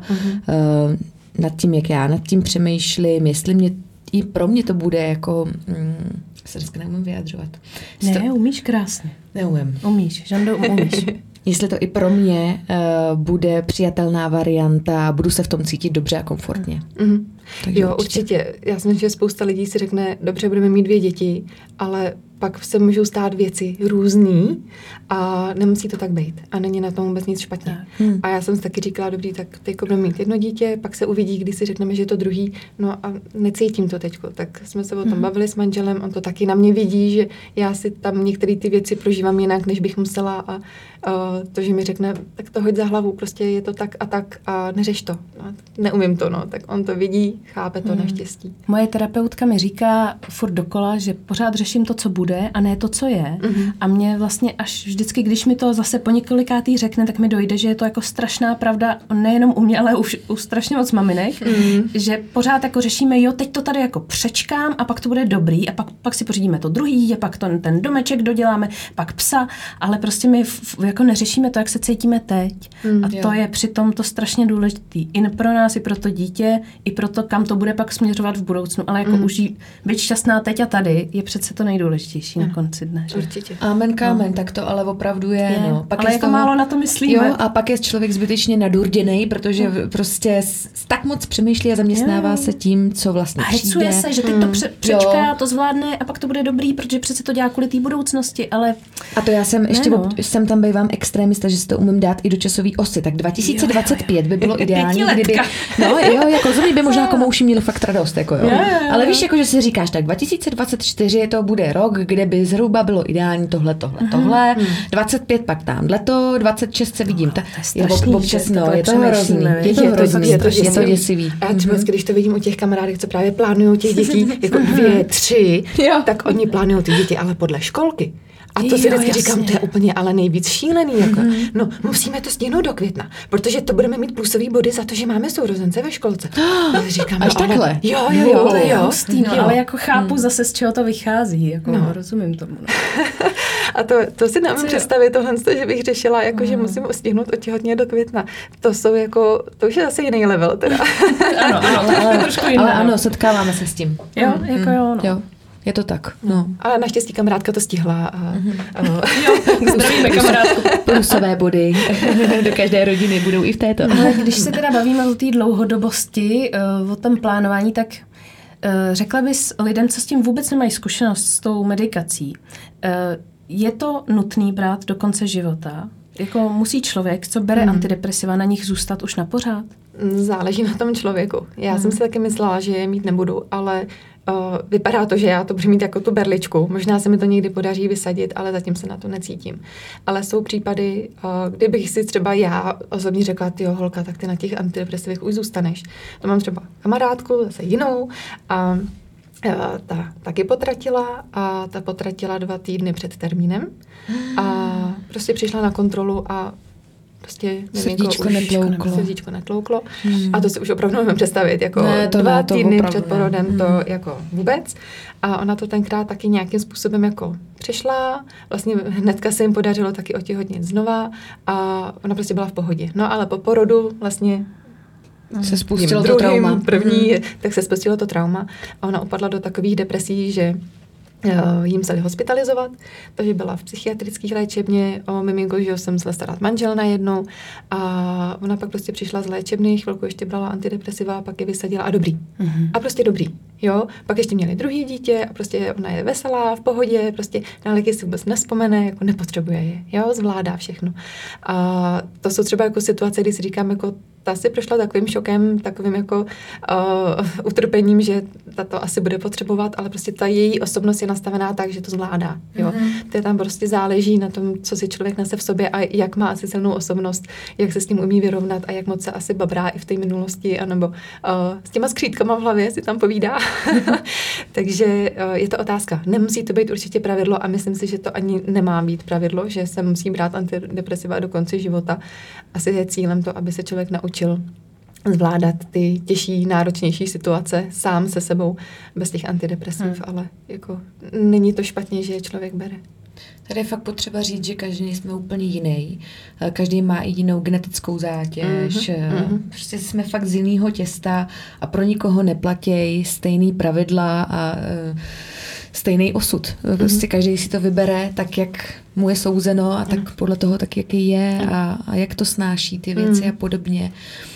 Speaker 4: nad tím, jak já nad tím přemýšlím, jestli mě i pro mě to bude jako... se dneska neumím vyjadřovat.
Speaker 3: Ne, umíš krásně.
Speaker 4: Neumím.
Speaker 3: Umíš, Žando, umíš.
Speaker 4: Jestli to i pro mě bude přijatelná varianta, budu se v tom cítit dobře a komfortně.
Speaker 2: Jo, určitě. Já si myslím, že spousta lidí si řekne, dobře, budeme mít 2 děti, ale pak se můžou stát věci různý a nemusí to tak být. A není na tom vůbec nic špatně. A já jsem si taky říkala, dobrý, tak teďko budeme mít 1 dítě, pak se uvidí, když si řekneme, že je to druhý. No a necítím to teďko. Tak jsme se o tom bavili s manželem, on to taky na mě vidí, že já si tam některé ty věci prožívám jinak, než bych musela a to, že mi řekne, tak to hoď za hlavu, prostě je to tak a neřeš to. No, neumím to, no, tak on to vidí, chápe to naštěstí.
Speaker 3: Moje terapeutka mi říká furt dokola, že pořád řeším to, co bude a ne to, co je. A mě vlastně až vždycky, když mi to zase po několikátý řekne, tak mi dojde, že je to jako strašná pravda, nejenom u mě, ale už u strašně moc maminek, že pořád jako řešíme, jo, teď to tady jako přečkám a pak to bude dobrý a pak si pořídíme to druhý a pak ten domeček doděláme, pak psa, ale prostě my jako neřešíme to, jak se cítíme teď. A to je přitom to strašně důležitý. I pro nás, i pro to dítě, i pro to, kam to bude pak směřovat v budoucnu. Ale jako už být šťastná teď a tady je přece to nejdůležitější na konci dne. Že?
Speaker 2: Určitě.
Speaker 4: Amen, kámen, tak to ale opravdu je. No.
Speaker 3: Pak ale jako málo na to myslíme.
Speaker 4: Jo, a pak je člověk zbytečně nadurděnej, protože prostě tak moc přemýšlí a zaměstnává se tím, co vlastně přijde.
Speaker 3: A hecuje se, že teď to přečká, to zvládne a pak to bude dobrý, protože přece to dělá kvůli té budoucnosti, ale...
Speaker 4: A to já jsem jsem tam bývám extrémista, že si to umím dát i do časové osy. Tak 2025 by bylo ideální, kdyby... No jo, jako z by možná komouši měli fakt radost, jako jo. Ale víš, jako že si říkáš, tak 2024 to bude rok, kde by zhruba bylo ideální tohle. 25 pak tamhleto, 26 se vidím. Občas, je to hrozný. Je to děsivý.
Speaker 2: A třeba když to vidím u těch kamarádek, co právě plánují těch dětí, jako 2, 3, tak oni plánují ty děti, ale podle školky. A to si vždycky říkám, to je úplně ale nejvíc šílený. Jako. No, musíme to stihnout do května, protože to budeme mít plusový body za to, že máme sourozence ve školce.
Speaker 4: Říkám, až takhle?
Speaker 2: Jo.
Speaker 3: To je hustý, no, ale jako chápu zase, z čeho to vychází. Jako, rozumím tomu. No.
Speaker 2: A to si neumím představit tohle, že bych řešila, jako, že musím stihnout otěhotnět do května. To jsou jako, to už je zase jiný level teda.
Speaker 4: ale ano, setkáváme se s tím.
Speaker 3: Jo, jako jo, no.
Speaker 4: Jo. Je to tak. No.
Speaker 2: Ale naštěstí kamarádka to stihla.
Speaker 3: Zdravíme kamarádku.
Speaker 4: Plusové body do každé rodiny budou i v této.
Speaker 3: Ale když se teda bavíme o té dlouhodobosti, o tom plánování, tak řekla bys lidem, co s tím vůbec nemají zkušenost s tou medikací, je to nutný brát do konce života? Jako musí člověk, co bere antidepresiva, na nich zůstat už na pořád?
Speaker 2: Záleží na tom člověku. Já jsem si taky myslela, že je mít nebudu, ale vypadá to, že já to budu mít jako tu berličku. Možná se mi to někdy podaří vysadit, ale zatím se na to necítím. Ale jsou případy, kdybych si třeba já osobně řekla, tyjo, holka, tak ty na těch antidepresivech už zůstaneš. To mám třeba kamarádku, zase jinou, a ta taky potratila a ta potratila 2 týdny před termínem a prostě přišla na kontrolu a prostě srdíčko netlouklo. A to si už opravdu můžeme představit, jako 2 týdny před porodem to jako vůbec. A ona to tenkrát taky nějakým způsobem jako přešla, vlastně hnedka se jim podařilo taky otěhotnět znova a ona prostě byla v pohodě. No ale po porodu vlastně
Speaker 4: se spustilo to trauma.
Speaker 2: Tak se spustilo to trauma a ona upadla do takových depresí, že jim museli hospitalizovat, takže byla v psychiatrické léčebně, o miminko, že jsem musela starat manžel najednou a ona pak prostě přišla z léčebny, chvilku ještě brala antidepresiva, pak je vysadila a dobrý. A prostě dobrý, jo. Pak ještě měli druhý dítě a prostě ona je veselá, v pohodě, prostě na léky si vůbec nevzpomene, jako nepotřebuje je, jo, zvládá všechno. A to jsou třeba jako situace, kdy si říkám, jako ta si prošla takovým šokem, takovým jako utrpením, že ta to asi bude potřebovat, ale prostě ta její osobnost je nastavená tak, že to zvládá. Jo? To je tam prostě záleží na tom, co si člověk nese v sobě a jak má asi silnou osobnost, jak se s tím umí vyrovnat a jak moc se asi babrá i v té minulosti, anebo s těma skřítkama v hlavě si tam povídá. Takže je to otázka. Nemusí to být určitě pravidlo a myslím si, že to ani nemá být pravidlo, že se musí brát antidepresiva do konce života. Asi je cílem to, aby se člověk naučil zvládat ty těžší, náročnější situace sám se sebou bez těch antidepresiv, ale jako není to špatně, že je člověk bere.
Speaker 4: Tady je fakt potřeba říct, že každý jsme úplně jiný. Každý má i jinou genetickou zátěž. Prostě jsme fakt z jiného těsta a pro nikoho neplatí stejný pravidla a stejný osud. Prostě každý si to vybere tak, jak mu je souzeno a tak podle toho tak, jaký je a jak to snáší ty věci a podobně.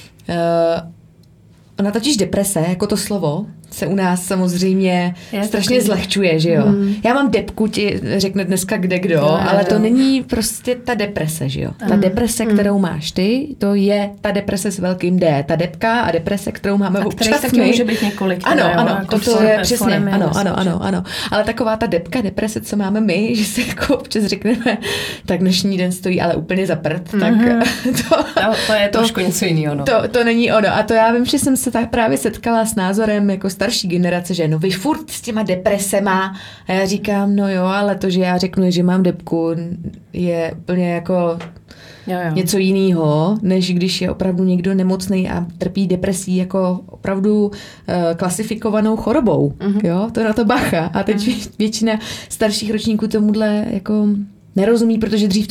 Speaker 4: Ona totiž deprese, jako to slovo, se u nás samozřejmě strašně zlehčuje, že jo. Já mám depku, ti řekne dneska kde kdo, ale to není prostě ta deprese, že jo. Ta deprese, kterou máš ty, to je ta deprese s velkým D. Ta depka a deprese, kterou máme občas
Speaker 3: taky může být několik.
Speaker 4: Ano, to je přesně, ano. Ale taková ta depka, deprese, co máme my, že si jako občas řekneme, tak dnešní den stojí ale úplně za prd, tak
Speaker 3: to je trošku něco jiného. No.
Speaker 4: To není ono. A to já vím, že jsem se tak právě setkala s názorem jako starší generace, že no vy furt s těma depresema. A já říkám, no jo, ale to, že já řeknu, že mám depku, je úplně jako něco jiného, než když je opravdu někdo nemocný a trpí depresí jako opravdu klasifikovanou chorobou. Jo, to na to bacha. A teď většina starších ročníků tomuhle jako nerozumí, protože dřív to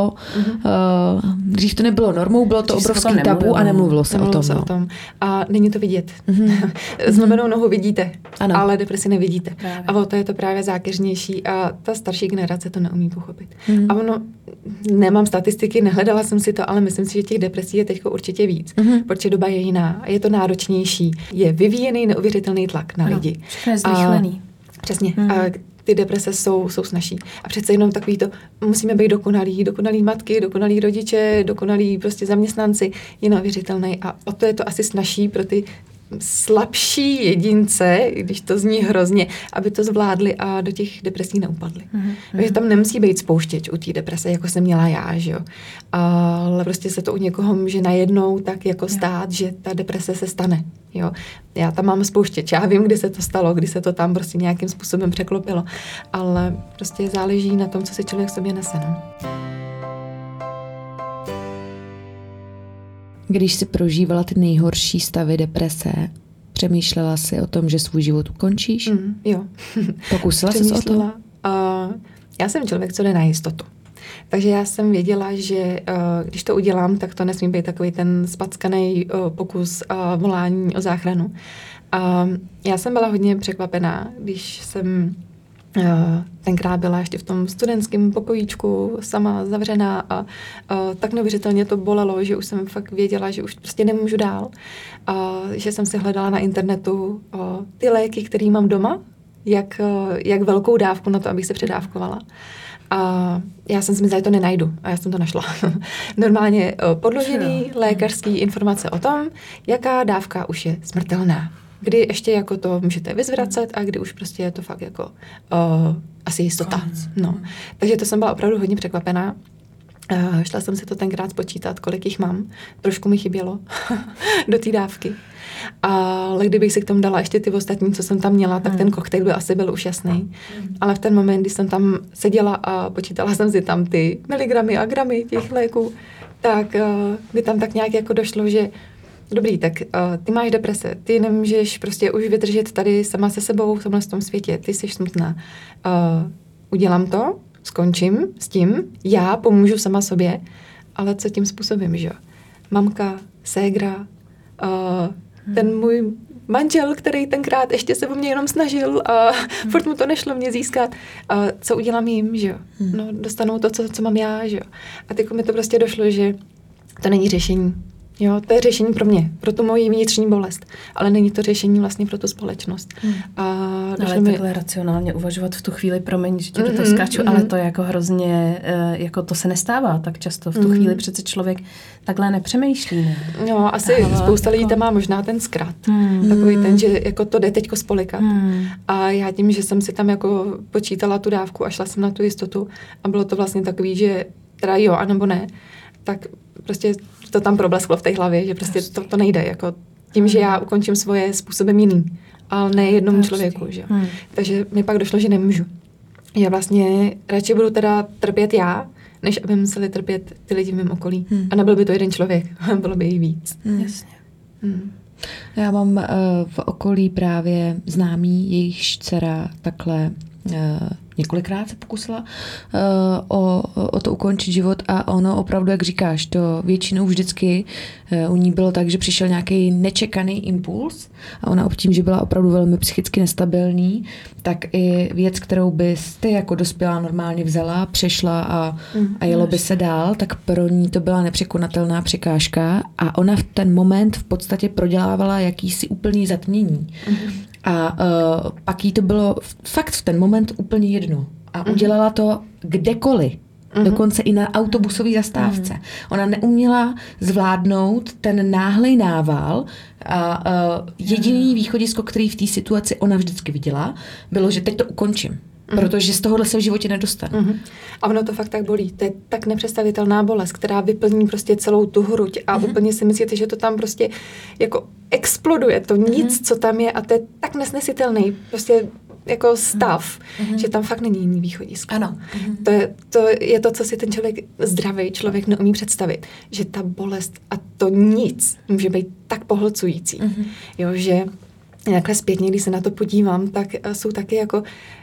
Speaker 4: nebylo normou, bylo to obrovský tabu a nemluvilo se o tom.
Speaker 2: A není to vidět. Zlomenou nohu vidíte, ale depresi nevidíte. Právě. A o to je to právě zákeřnější a ta starší generace to neumí pochopit. A ono, nemám statistiky, nehledala jsem si to, ale myslím si, že těch depresí je teď určitě víc, protože doba je jiná, je to náročnější, je vyvíjený neuvěřitelný tlak na lidi.
Speaker 3: Všechno je zrychlený.
Speaker 2: Přesně. Ty deprese jsou snazší. A přece jenom takový to, musíme být dokonalí matky, dokonalí rodiče, dokonalí prostě zaměstnanci, je neuvěřitelný. A o to je to asi snazší pro ty slabší jedince, když to zní hrozně, aby to zvládli a do těch depresí neupadli. Takže tam nemusí být spouštěč u té deprese, jako jsem měla já, že jo. Ale prostě se to u někoho může najednou tak jako stát, že ta deprese se stane, jo. Já tam mám spouštěč, já vím, kdy se to stalo, kdy se to tam prostě nějakým způsobem překlopilo, ale prostě záleží na tom, co si člověk sobě nese, no.
Speaker 4: Když jsi prožívala ty nejhorší stavy deprese, přemýšlela jsi o tom, že svůj život ukončíš?
Speaker 2: Jo.
Speaker 4: Pokusila jsi o to?
Speaker 2: Já jsem člověk, co jde na jistotu. Takže já jsem věděla, že když to udělám, tak to nesmí být takový ten spackaný pokus volání o záchranu. Já jsem byla hodně překvapená, když jsem tenkrát byla ještě v tom studentském pokojíčku sama zavřená a tak neuvěřitelně to bolelo, že už jsem fakt věděla, že už prostě nemůžu dál. Že jsem si hledala na internetu ty léky, které mám doma, jak velkou dávku na to, abych se předávkovala. A já jsem si myslela, že to nenajdu. A já jsem to našla. Normálně podložený lékařský informace o tom, jaká dávka už je smrtelná. Kdy ještě jako to můžete vyzvracet a kdy už prostě je to fakt jako asi jistota. No. Takže to jsem byla opravdu hodně překvapená. Šla jsem si to tenkrát spočítat, kolik jich mám. Trošku mi chybělo do té dávky. Ale kdybych si k tomu dala ještě ty ostatní, co jsem tam měla, tak ten koktejl by asi byl už jasný. Ale v ten moment, kdy jsem tam seděla a počítala jsem si tam ty miligramy a gramy těch léků, tak mi tam tak nějak jako došlo, že dobrý, tak ty máš deprese, ty nemůžeš prostě už vydržet tady sama se sebou v tomhle tom světě, ty jsi smutná. Udělám to, skončím s tím, já pomůžu sama sobě, ale co tím způsobím, že jo? Mamka, ségra, ten můj manžel, který tenkrát ještě se o mě jenom snažil a furt mu to nešlo mě získat. Co udělám jim, že jo? No, dostanou to, co mám já, že jo? A teď mi to prostě došlo, že to není řešení. Jo, to je řešení pro mě, pro tu moji vnitřní bolest, ale není to řešení vlastně pro tu společnost.
Speaker 3: Ale takhle racionálně uvažovat v tu chvíli, promiň, že tě do toho skáču, ale to je jako hrozně, jako to se nestává tak často. V tu chvíli přece člověk takhle nepřemýšlí. Ne?
Speaker 2: No, asi spousta lidí tam má možná ten zkrat. Takový ten, že jako to jde teďko spolikat. A já tím, že jsem si tam jako počítala tu dávku a šla jsem na tu jistotu a bylo to vlastně takový, že teda jo, anebo ne, tak prostě to tam problesklo v té hlavě, že prostě to nejde. Jako tím, že já ukončím svoje způsobem jiný, ale ne jednomu člověku. Že? Takže mi pak došlo, že nemůžu. Já vlastně radši budu teda trpět já, než aby museli trpět ty lidi v mém okolí. A nebyl by to jeden člověk, bylo by jí víc.
Speaker 3: Jasně.
Speaker 4: Já mám v okolí právě známý, jejichž dcera takhle několikrát se pokusila o to ukončit život a ono opravdu, jak říkáš, to většinou vždycky u ní bylo tak, že přišel nějaký nečekaný impuls a ona tím, že byla opravdu velmi psychicky nestabilní, tak i věc, kterou bys ty jako dospělá normálně vzala, přešla a jelo by se dál, tak pro ní to byla nepřekonatelná překážka a ona v ten moment v podstatě prodělávala jakýsi úplný zatmění. A pak jí to bylo fakt v ten moment úplně jedno. A udělala to kdekoliv. Dokonce i na autobusové zastávce. Ona neuměla zvládnout ten náhlej nával a jediný východisko, který v té situaci ona vždycky viděla, bylo, že teď to ukončím. Protože z tohohle se v životě nedostanu.
Speaker 2: A ono to fakt tak bolí. To je tak nepředstavitelná bolest, která vyplní prostě celou tu hruď a úplně si myslíte, že to tam prostě jako exploduje. To nic, co tam je a to je tak nesnesitelný prostě jako stav, že tam fakt není jiný východisko.
Speaker 4: Ano.
Speaker 2: To je to, co si ten zdravý člověk neumí představit. Že ta bolest a to nic může být tak pohlcující. Jo, že takhle zpětně, když se na to podívám, tak jsou taky jako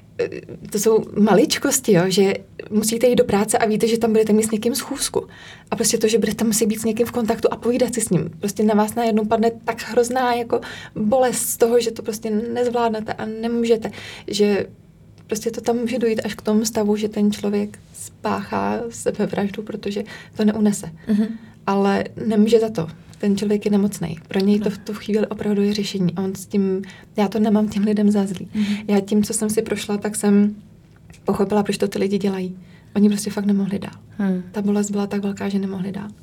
Speaker 2: to jsou maličkosti, jo, že musíte jít do práce a víte, že tam budete mít s někým schůzku. A prostě to, že budete muset být s někým v kontaktu a povídat si s ním. Prostě na vás najednou padne tak hrozná jako bolest z toho, že to prostě nezvládnete a nemůžete. Že prostě to tam může dojít až k tomu stavu, že ten člověk spáchá sebevraždu, protože to neunese. Ale nemůže za to. Ten člověk je nemocnej. Pro něj to v tu chvíli opravdu je řešení. A on s tím, já to nemám těm lidem za zlý. Já tím, co jsem si prošla, tak jsem pochopila, proč to ty lidi dělají. Oni prostě fakt nemohli dál. Ta bolest byla tak velká, že nemohli dál.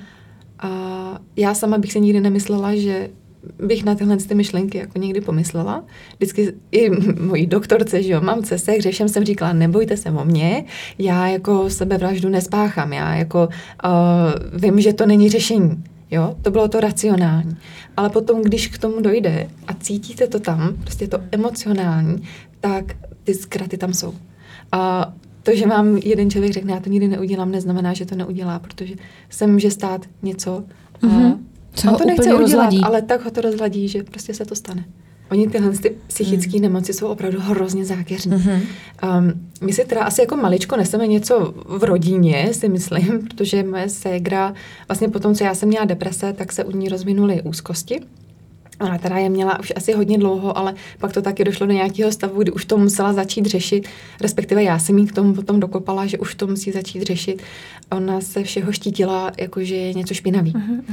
Speaker 2: A já sama bych si nikdy nemyslela, že bych na tyhle ty myšlenky jako někdy pomyslela. Vždycky i mojí doktorce, že jo, mamce, sekře, všem jsem říkala, nebojte se o mě, já jako sebevraždu nespáchám, já jako vím, že to není řešení. Jo, to bylo to racionální. Ale potom, když k tomu dojde a cítíte to tam, prostě to emocionální, tak ty zkraty tam jsou. A to, že vám jeden člověk řekne, já to nikdy neudělám, neznamená, že to neudělá, protože se může stát něco. On to nechce udělat, ale tak ho to rozladí, že prostě se to stane. Oni tyhle psychické nemoci jsou opravdu hrozně zákeřní. My si teda asi jako maličko neseme něco v rodině, si myslím, protože moje ségra, vlastně potom, co já jsem měla deprese, tak se u ní rozvinuly úzkosti. Ona teda je měla už asi hodně dlouho, ale pak to taky došlo do nějakého stavu, kdy už to musela začít řešit, respektive já jsem jí k tomu potom dokopala, že už to musí začít řešit. Ona se všeho štítila, jakože je něco špinavý.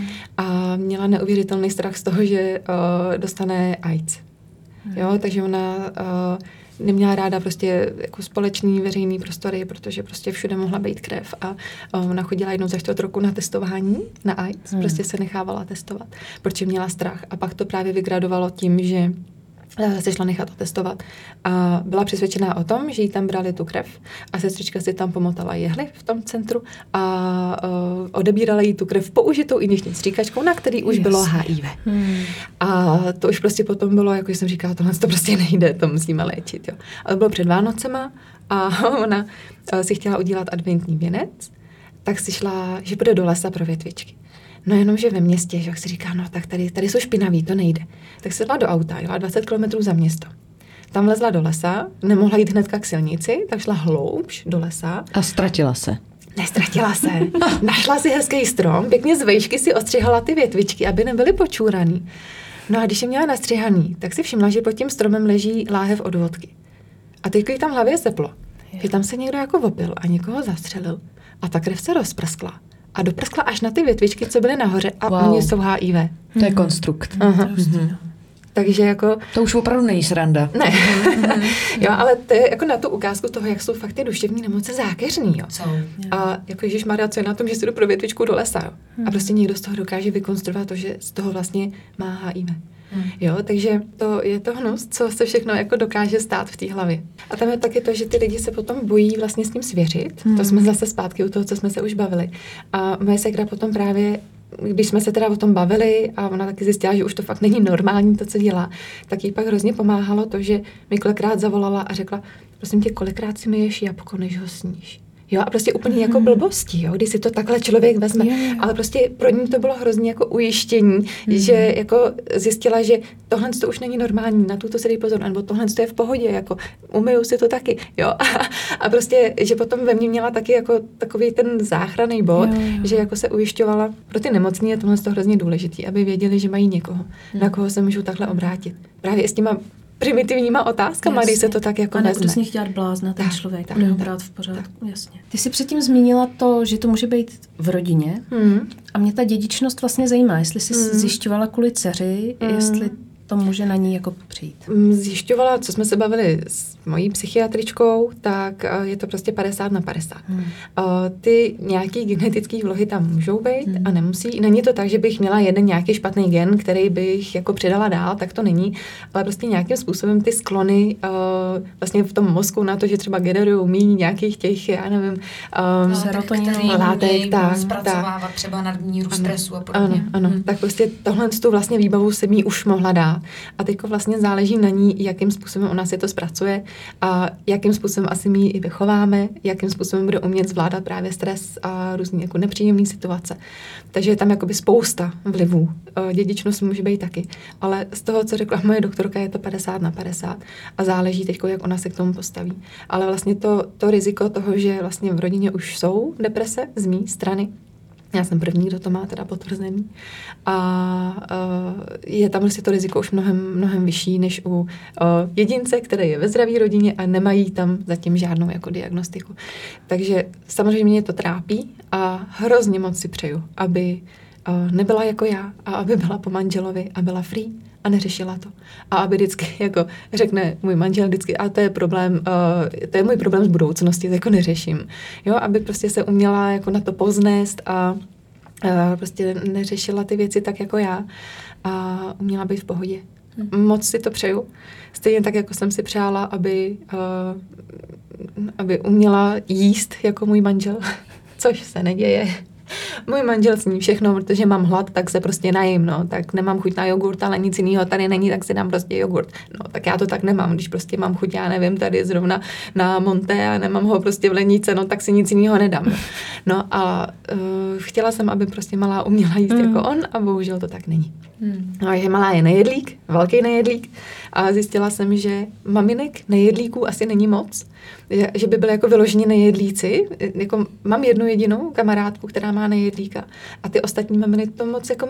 Speaker 2: A měla neuvěřitelný strach z toho, že dostane AIDS. Jo, takže ona neměla ráda prostě jako společný veřejný prostory, protože prostě všude mohla být krev a ona chodila jednou za 4 roku na testování na AIDS, prostě se nechávala testovat, protože měla strach a pak to právě vygradovalo tím, že se šla nechat otestovat a byla přesvědčená o tom, že jí tam brali tu krev a sestřička si tam pomotala jehly v tom centru a odebírala jí tu krev použitou injekční stříkačkou, na který už bylo HIV. A to už prostě potom bylo, jako jsem říkala, tohle to prostě nejde, to musíme léčit. Jo. Ale bylo před Vánocema a ona si chtěla udělat adventní věnec, tak si šla, že půjde do lesa pro větvičky. No jenom, že ve městě, že jak si říká, no tak tady jsou špinaví, to nejde. Tak se šla do auta, jela 20 kilometrů za město. Tam vlezla do lesa, nemohla jít hnedka k silnici, tak šla hloubš do lesa.
Speaker 5: A ztratila se.
Speaker 2: Nestratila se. Našla si hezký strom, pěkně z vejšky si ostřihala ty větvičky, aby nebyly počúraný. No a když je měla nastřihaný, tak si všimla, že pod tím stromem leží láhev od vodky. A teď jí tam v hlavě seplo. Že tam se někdo jako opil a někoho zastřelil. A ta krev se rozprskla. A doprskla až na ty větvičky, co byly nahoře a oni jsou HIV.
Speaker 5: To je konstrukt.
Speaker 2: Takže jako...
Speaker 5: To už opravdu není sranda.
Speaker 2: Ne. Jo, ale to je jako na tu ukázku toho, jak jsou fakt ty duševní nemoci zákeřný. Jo. A jako Ježišmarja, co je na tom, že si jdu pro větvičku do lesa. Jo. A prostě někdo z toho dokáže vykonstruovat to, že z toho vlastně má HIV. Jo, takže to je to hnus, co se všechno jako dokáže stát v té hlavě. A tam je taky to, že ty lidi se potom bojí vlastně s tím svěřit. To jsme zase zpátky u toho, co jsme se už bavili. A moje ségra potom právě, když jsme se teda o tom bavili a ona taky zjistila, že už to fakt není normální to, co dělá, tak jí pak hrozně pomáhalo to, že mi kolikrát zavolala a řekla, prosím tě, kolikrát si myješ jabko, než ho sníš. Jo, a prostě úplně jako blbosti, jo, když si to takhle člověk vezme. Ale prostě pro ní to bylo hrozně jako ujištění, že jako zjistila, že tohle to už není normální, na to se dej pozor, nebo tohle to je v pohodě, jako umyju si to taky, jo. A prostě, že potom ve mně měla taky jako takový ten záchranný bod, že jako se ujišťovala, pro ty nemocní je tohle hrozně důležitý, aby věděli, že mají někoho, na koho se můžou takhle obrátit. Právě i s těma primitivníma otázkama, když se to tak jako vezme.
Speaker 3: A nebudu z nich dělat blázna ten člověk, bude ho brát v pořádku, jasně. Ty jsi předtím zmínila to, že to může být v rodině a mě ta dědičnost vlastně zajímá, jestli jsi zjišťovala kvůli dceři, jestli to může na ní jako přijít.
Speaker 2: Zjišťovala, co jsme se bavili s mojí psychiatričkou, tak je to prostě 50/50. Ty nějaký genetický vlohy tam můžou být a nemusí. Není to tak, že bych měla jeden nějaký špatný gen, který bych jako přidala dál, tak to není, ale prostě nějakým způsobem ty sklony vlastně v tom mozku na to, že třeba generují míň nějakých těch, já nevím, látek,
Speaker 4: zpracovávat třeba nadmíru stresu a podobně.
Speaker 2: Ano, tak prostě tohle tu vlastně výbavu se mi už mohla dát. A teďko vlastně záleží na ní, jakým způsobem ona si to zpracuje a jakým způsobem asi my ji i vychováme, jakým způsobem bude umět zvládat právě stres a různý jako nepříjemné situace. Takže je tam jakoby spousta vlivů. Dědičnost může být taky. Ale z toho, co řekla moje doktorka, je to 50/50 a záleží teďko, jak ona se k tomu postaví. Ale vlastně to riziko toho, že vlastně v rodině už jsou deprese z mé strany, já jsem první, kdo to má teda potvrzený. A je tam prostě to riziko už mnohem vyšší než u jedince, který je ve zdravé rodině a nemají tam zatím žádnou jako diagnostiku. Takže samozřejmě mě to trápí a hrozně moc si přeju, aby nebyla jako já a aby byla po manželovi a byla free a neřešila to. A aby vždycky jako řekne můj manžel vždycky, a to je problém, to je můj problém z budoucnosti, to jako neřeším. Jo, aby prostě se uměla jako na to poznést a prostě neřešila ty věci tak jako já a uměla být v pohodě. Moc si to přeju. Stejně tak, jako jsem si přála, aby uměla jíst jako můj manžel, což se neděje. Můj manžel sní všechno, protože mám hlad, tak se prostě najím, no, tak nemám chuť na jogurt, ale nic jiného tady není, tak si dám prostě jogurt. No, tak já to tak nemám, když prostě mám chuť, já nevím, tady zrovna na Monte a nemám ho prostě v lednice, no, tak si nic jiného nedám. No a chtěla jsem, aby prostě malá uměla jíst jako on a bohužel to tak není. No, že malá je nejedlík, velký nejedlík a zjistila jsem, že maminek nejedlíků asi není moc, že by byly jako vyloženě nejedlíci. Jako mám jednu jedinou kamarádku, která má nejedlíka a ty ostatní maminy to moc jako mi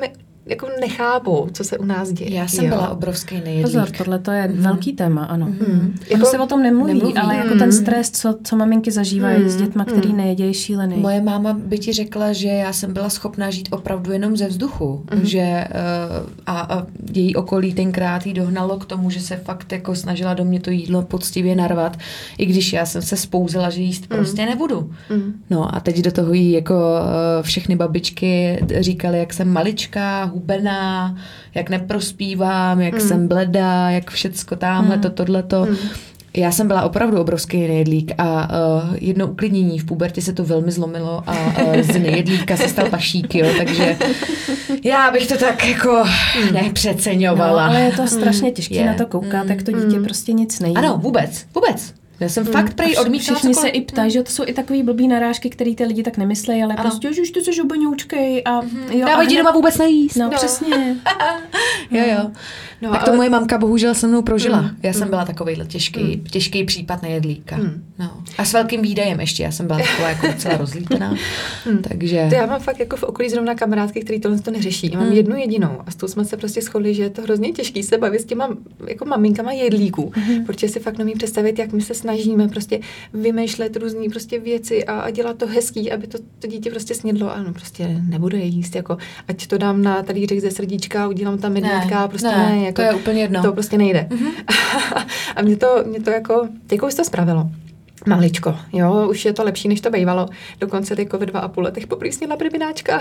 Speaker 2: jako nechápou, co se u nás děje.
Speaker 5: Já jsem byla obrovský nejedlík.
Speaker 3: Pozor, tohle to je velký téma, ano. Ono
Speaker 2: Jako
Speaker 3: se o tom nemluví. Ale jako ten stres, co maminky zažívají s dětma, který nejedějí šílený.
Speaker 5: Moje máma by ti řekla, že já jsem byla schopná žít opravdu jenom ze vzduchu. Že a její okolí tenkrát jí dohnalo k tomu, že se fakt jako snažila do mě to jídlo poctivě narvat, i když já jsem se spouzela, že jíst prostě nebudu. No a teď do toho jí jako všechny babičky říkaly, jak jsem maličká, hubená, jak neprospívám, jak jsem bledá, jak všecko tamhleto, tohleto. Já jsem byla opravdu obrovský nejedlík a jedno uklidnění v pubertě se to velmi zlomilo a z nejedlíka se stal pašík, jo, takže já bych to tak jako nepřeceňovala.
Speaker 3: No, ale je to strašně těžké na to koukat, jak to dítě prostě nic nejí.
Speaker 5: Ano, vůbec. Já jsem fakt prej odmítala.
Speaker 3: Všichni se i ptají, že to jsou i takový blbý narážky, který ty lidi tak nemyslejí, ale prostě, že už ty jsi žubeňoučkej a jo.
Speaker 5: Dávají ti doma vůbec nejíst.
Speaker 3: No, přesně.
Speaker 5: Jo. No, tak to moje mamka bohužel se mnou prožila. Já jsem byla takovejhle těžký případ nejedlíka. No. A s velkým výdajem ještě. Já jsem byla taková jako docela rozlítená. Takže...
Speaker 2: To já mám fakt jako v okolí zrovna kamarádky, který tohle to neřeší. Já mám jednu jedinou a s tou jsme se prostě shodli, že je to hrozně těžký se bavit s těma jako maminkama jedlíků, protože si fakt neumím představit, jak my se snažíme prostě vymýšlet různý prostě věci a dělat to hezký, aby to dítě prostě snědlo a no prostě nebude jíst, jako ať to dám na talířek ze srdíčka, udělám tam medvídka, prostě ne, jako,
Speaker 5: to je úplně jedno.
Speaker 2: To prostě nejde. A mě to jako už to spravilo. Maličko, jo, už je to lepší, než to bývalo. Dokonce teďko ve 2,5 letech poprvé snědla brbináčka.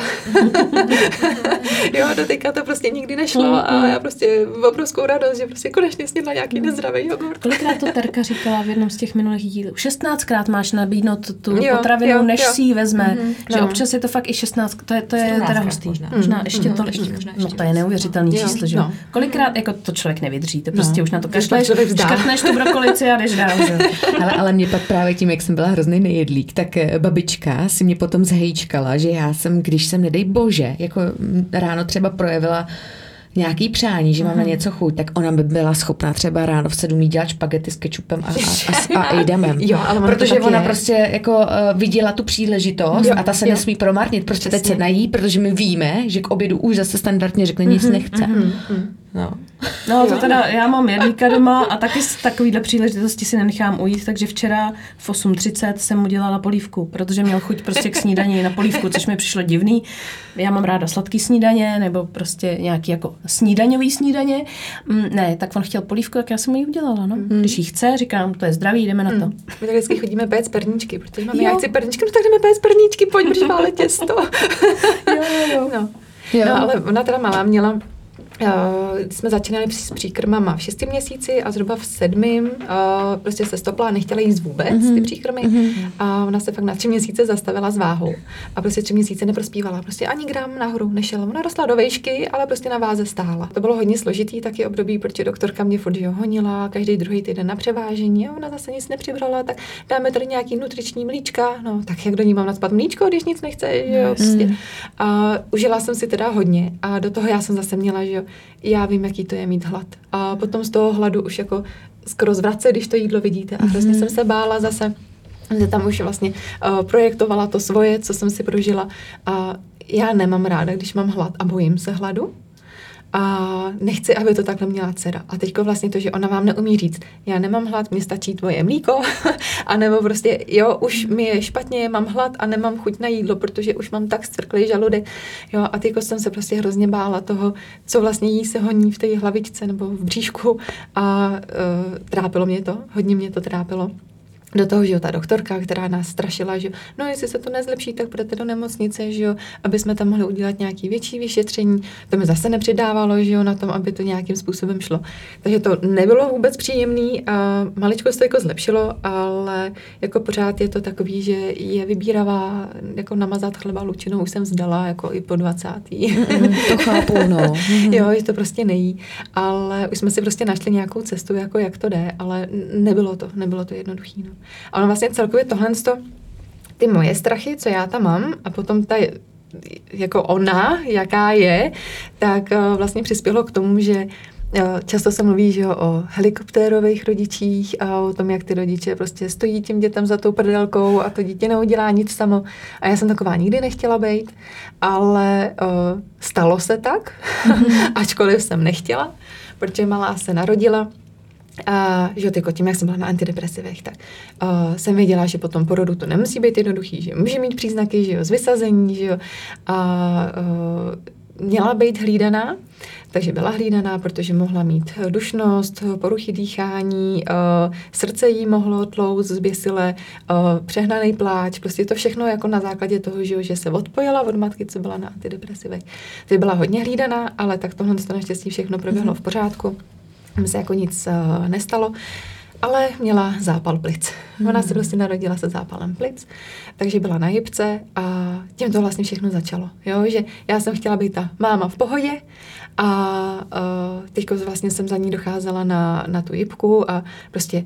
Speaker 2: Jo, doteďka to prostě nikdy nešlo a já prostě obrovskou radost, že prostě konečně snědla nějaký nezdravý jogurt.
Speaker 3: Kolikrát to Terka říkala v jednom z těch minulých dílů? 16krát máš nabídnout tu potravinu, než si ji vezme. Že občas je to fakt i 16, to je teda hustý. Možná ještě to ještě. No to je neuvěřitelný číslo, že jo. Kolikrát jako to člověk nevydrží, to prostě už na to kašleš, škrtneš tu brokolici a jdeš dál, že?
Speaker 5: Ale mě pak právě tím, jak jsem byla hrozný nejedlík, tak babička si mě potom zhejčkala, že já jsem, když jsem, nedej bože, jako ráno třeba projevila nějaký přání, že mám na něco chuť, tak ona by byla schopná třeba ráno v 7 dělat špagety s kečupem a ejdamem. Protože ona prostě jako viděla tu příležitost a ta se nesmí promarnit. Prostě teď se nají, protože my víme, že k obědu už zase standardně řekne nic nechce.
Speaker 3: No to teda, já mám jedlíka doma a taky z takovýhle příležitosti si nenechám ujít, takže včera v 8:30 jsem mu dělala polívku, protože měl chuť prostě k snídani na polívku, což mi přišlo divný. Já mám ráda sladký snídaně, nebo prostě nějaký jako snídaňový snídaně. Ne, tak on chtěl polívku, tak já jsem mu ji udělala, no. Když jí chce, říkám, to je zdravý, jdeme na to.
Speaker 2: My tak vždycky chodíme péct perníčky, protože máme, já chci perníčky, no tak jdeme péct perníčky, pojď, protože máme těsto. No, ale ona teda malá měla, jsme začínali s příkrmama v 6. měsíci a zhruba v 7. prostě se stopla a nechtěla jíst vůbec ty příkrmy a ona se fakt na 3 měsíce zastavila s váhou a prostě 3 měsíce neprospívala, prostě ani gram nahoru nešel. Ona rostla do vejšky, ale prostě na váze stála. To bylo hodně složitý taky období, protože doktorka mě furt honila každý druhý týden na převážení a ona zase nic nepřibrala, tak dáme tady nějaký nutriční mlíčka, no tak jak do ní mám nacpat mlíčko, když nic nechce, že jo, prostě. A užila jsem si teda hodně a do toho já jsem zase měla, že jo, já vím, jaký to je mít hlad. A potom z toho hladu už jako skoro zvracet, když to jídlo vidíte. A hrozně jsem se bála zase, že tam už vlastně projektovala to svoje, co jsem si prožila. A já nemám ráda, když mám hlad a bojím se hladu. A nechci, aby to takhle měla dcera. A teďko vlastně to, že ona vám neumí říct, já nemám hlad, mně stačí tvoje mlíko, a nebo prostě, jo, už mi je špatně, mám hlad a nemám chuť na jídlo, protože už mám tak zcvrklý žaludek. Jo, a teďko jsem se prostě hrozně bála toho, co vlastně jí se honí v té hlavičce nebo v bříšku a trápilo mě to, hodně mě to trápilo. Do toho, že jo, ta doktorka, která nás strašila, že no, jestli se to nezlepší, tak půjdete do nemocnice, že jo, aby jsme tam mohli udělat nějaký větší vyšetření. To mi zase nepřidávalo, že jo, na tom, aby to nějakým způsobem šlo. Takže to nebylo vůbec příjemný a maličko se to jako zlepšilo, ale jako pořád je to takový, že je vybíravá, jako namazat chleba lučinou, už jsem vzdala, jako i po 20.
Speaker 5: To chápu, no.
Speaker 2: Jo, že to prostě nejí, ale už jsme si prostě našli nějakou cestu, jako jak to jde, ale nebylo to jednoduchý, no. A ono vlastně celkově tohle, ty moje strachy, co já tam mám, a potom ta, jako ona, jaká je, tak vlastně přispělo k tomu, že často se mluví, že jo, o helikoptérových rodičích a o tom, jak ty rodiče prostě stojí tím dětem za tou prdelkou a to dítě neudělá nic samo. A já jsem taková nikdy nechtěla být, ale stalo se tak, ačkoliv jsem nechtěla, protože malá se narodila. A že jo, tím, jak jsem byla na antidepresivech, tak jsem věděla, že po tom porodu to nemusí být jednoduchý, že může mít příznaky, že jo, z vysazení, že jo, a měla být hlídaná, takže byla hlídaná, protože mohla mít dušnost, poruchy dýchání, srdce jí mohlo tloust zběsile, přehnaný pláč, prostě to všechno jako na základě toho, že se odpojila od matky, co byla na antidepresivech. Takže byla hodně hlídaná, ale tak tohle to naštěstí všechno proběhlo v pořádku. Mně se jako nic nestalo, ale měla zápal plic. Ona se prostě narodila se zápalem plic, takže byla na jipce a tím to vlastně všechno začalo. Jo? Že já jsem chtěla být ta máma v pohodě a teďko vlastně jsem za ní docházela na tu jipku a prostě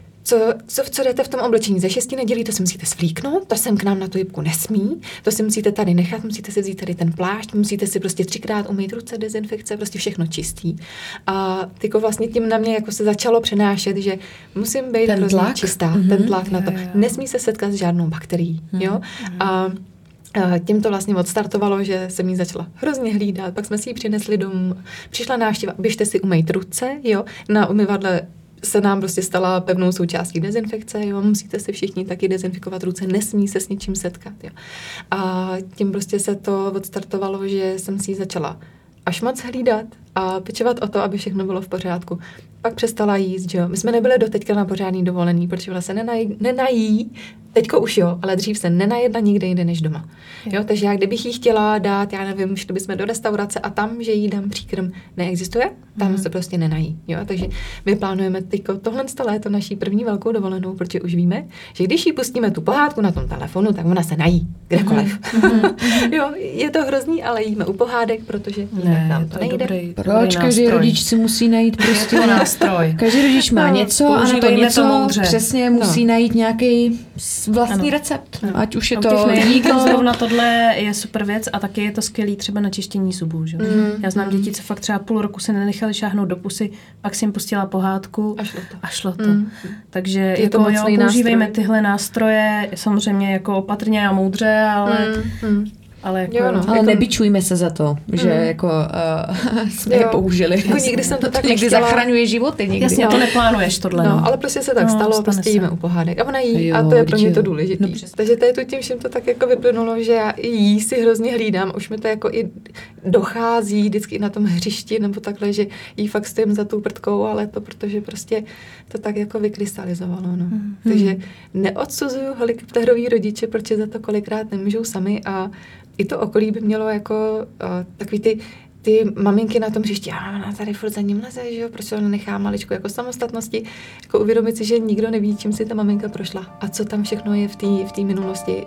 Speaker 2: co jdete v tom oblečení ze 6 nedělí, to si musíte svlíknout, to sem k nám na tu jipku nesmí, to si musíte tady nechat, musíte si vzít tady ten plášť, musíte si prostě 3krát umýt ruce, dezinfekce, prostě všechno čistý. A tyko vlastně tím na mě jako se začalo přenášet, že musím být hrozně čistá, ten tlak na to. Nesmí se setkat s žádnou bakterií, jo? A tím to vlastně odstartovalo, že jsem jí začala hrozně hlídat, pak jsme si ji přinesli domů, přišla návštěva, běžte si umýt ruce, jo, na umyvadle se nám prostě stala pevnou součástí dezinfekce, jo, musíte si všichni taky dezinfikovat ruce, nesmí se s ničím setkat, jo. A tím prostě se to odstartovalo, že jsem si ji začala až moc hlídat a pečovat o to, aby všechno bylo v pořádku. Pak přestala jíst, že jo. My jsme nebyli doteďka na pořádný dovolený, protože ona se nenají, teďko už jo, ale dřív se nenajedla nikde jinde než doma. Jo, takže já kdybych jí chtěla dát, já nevím, šli bychom do restaurace a tam, že jí dám příkrm, neexistuje, tam se prostě nenají. Jo, takže my plánujeme teďko tohle léto naší první velkou dovolenou, protože už víme, že když jí pustíme tu pohádku na tom telefonu, tak ona se nají kdekoliv. Jo, je to hrozný, ale jíme u pohádek, protože nám to nejde.
Speaker 5: Proč? Každý rodič si musí najít prostě nástroj. Každý rodič má něco a na to něco přesně musí najít nějaký vlastní recept. Ať už je to
Speaker 3: jídlo. Zrovna tohle je super věc a taky je to skvělý třeba na čištění zubů. Že? Já znám děti, co fakt třeba půl roku se nenechali šáhnout do pusy, pak si jim pustila pohádku a šlo to. Takže je jako to používejme tyhle nástroje, samozřejmě jako opatrně a moudře, ale jako,
Speaker 5: ale nebičujme se za to, že jako jsme je použili.
Speaker 2: Jako nikdy jsem to tak
Speaker 5: někdy zachraňuje životy. Někdy.
Speaker 3: Jasně, to neplánuješ tohle.
Speaker 2: Ale prostě se tak stalo, prostě jíme u pohádek. A ona jí, a to je pro mě to důležité. Takže to je to tím všem to tak jako vyplynulo, že já jí si hrozně hlídám. Už mi to jako i dochází vždycky na tom hřišti nebo takhle, že jí fakt stojím za tou prdkou, ale to protože prostě to tak jako vykrystalizovalo. No. Takže neodsuzuju helikoptérový rodiče, protože za to kolikrát nemůžou sami a i to okolí by mělo jako takový ty maminky na tom hřišti, ona tady furt za ním leze, že jo, proč ona nechá maličku jako samostatnosti, jako uvědomit si, že nikdo neví, čím si ta maminka prošla a co tam všechno je v té minulosti.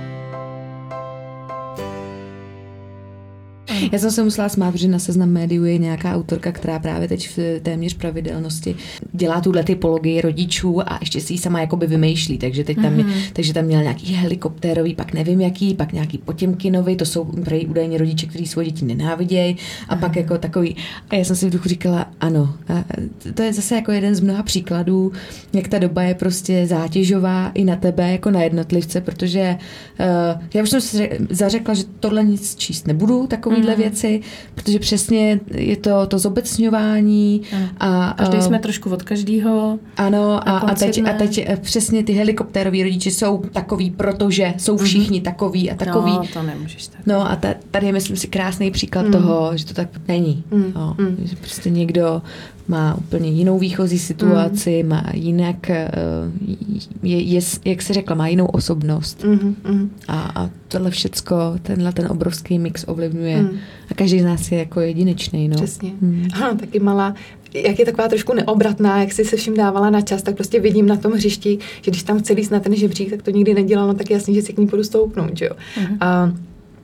Speaker 5: Já jsem se musela smát, že na Seznam Médiu je nějaká autorka, která právě teď v téměř pravidelnosti dělá tuhle typologii rodičů a ještě si ji sama jakoby vymýšlí, takže teď tam měla nějaký helikoptérový, pak nevím jaký, pak nějaký Potěmkinový, to jsou údajně rodiče, kteří svoje děti nenávidějí a pak jako takový, a já jsem si v duchu říkala, ano, a to je zase jako jeden z mnoha příkladů, jak ta doba je prostě zátěžová i na tebe, jako na jednotlivce, protože já už jsem si zařekla, že tohle nic číst nebudu, takovýhle věci, protože přesně je to zobecňování a
Speaker 3: každý jsme trošku od každého.
Speaker 5: Ano, a teď přesně ty helikoptéroví rodiče jsou takový, protože jsou všichni takový a takový.
Speaker 3: No, to nemůžeš tak.
Speaker 5: No a tady je, myslím si, krásný příklad toho, že to tak není. Že prostě někdo má úplně jinou výchozí situaci, má jinak, jak se řekla, má jinou osobnost. A tohle všecko, ten obrovský mix ovlivňuje. A každý z nás je jako jedinečný. No.
Speaker 2: Přesně. Ano, taky malá, jak je taková trošku neobratná, jak si se vším dávala na čas, tak prostě vidím na tom hřišti, že když tam chce líst na ten žebřík, tak to nikdy nedělala, tak jasně, že si k ní půjdu stoupnout, že jo.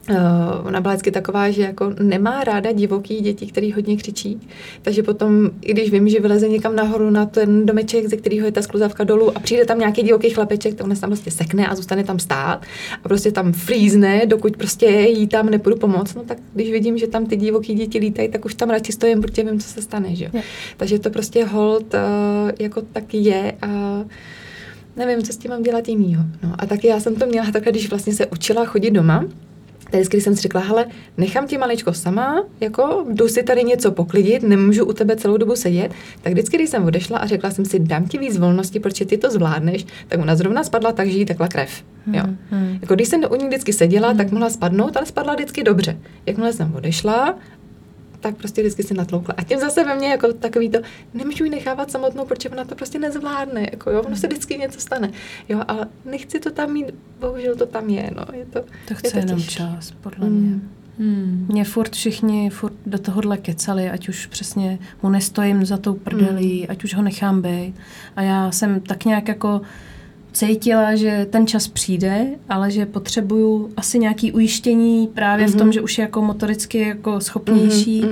Speaker 2: ona byla vždycky taková, že jako nemá ráda divoký děti, který hodně křičí. Takže potom, i když vím, že vyleze někam nahoru na ten domeček, ze kterého je ta skluzavka dolů a přijde tam nějaký divoký chlapeček, tak ona se tam prostě sekne a zůstane tam stát a prostě tam flízne, dokud prostě jí tam nepůjdu pomoct. No tak když vidím, že tam ty divoký děti lítají, tak už tam radši stojím, protože vím, co se stane, že jo. Takže to prostě hold jako tak je a nevím, co s tím mám dělat jinýho. No a taky já jsem to měla takhle, když vlastně se učila chodit doma. Tady vždycky jsem si řekla, hele, nechám tě maličko sama, jako jdu si tady něco poklidit, nemůžu u tebe celou dobu sedět, tak vždycky, když jsem odešla a řekla jsem si, dám ti víc volnosti, protože ty to zvládneš, tak ona zrovna spadla tak, že jí tekla krev. Jo. Jako když jsem u ní vždycky seděla, tak mohla spadnout, ale spadla vždycky dobře. Jakmile jsem odešla, tak prostě vždycky si natloukla. A tím zase ve mně jako takový to, nemůžu ji nechávat samotnou, protože ona to prostě nezvládne, jako jo, ono se vždycky něco stane. Jo, ale nechci to tam mít, bohužel to tam je, no, je to.
Speaker 3: To chce jenom čas, podle mě. Mě všichni do tohohle kecali, ať už přesně mu nestojím za tou prdelí, ať už ho nechám bejt. A já jsem tak nějak jako cítila, že ten čas přijde, ale že potřebuju asi nějaké ujištění právě v tom, že už je jako motoricky jako schopnější.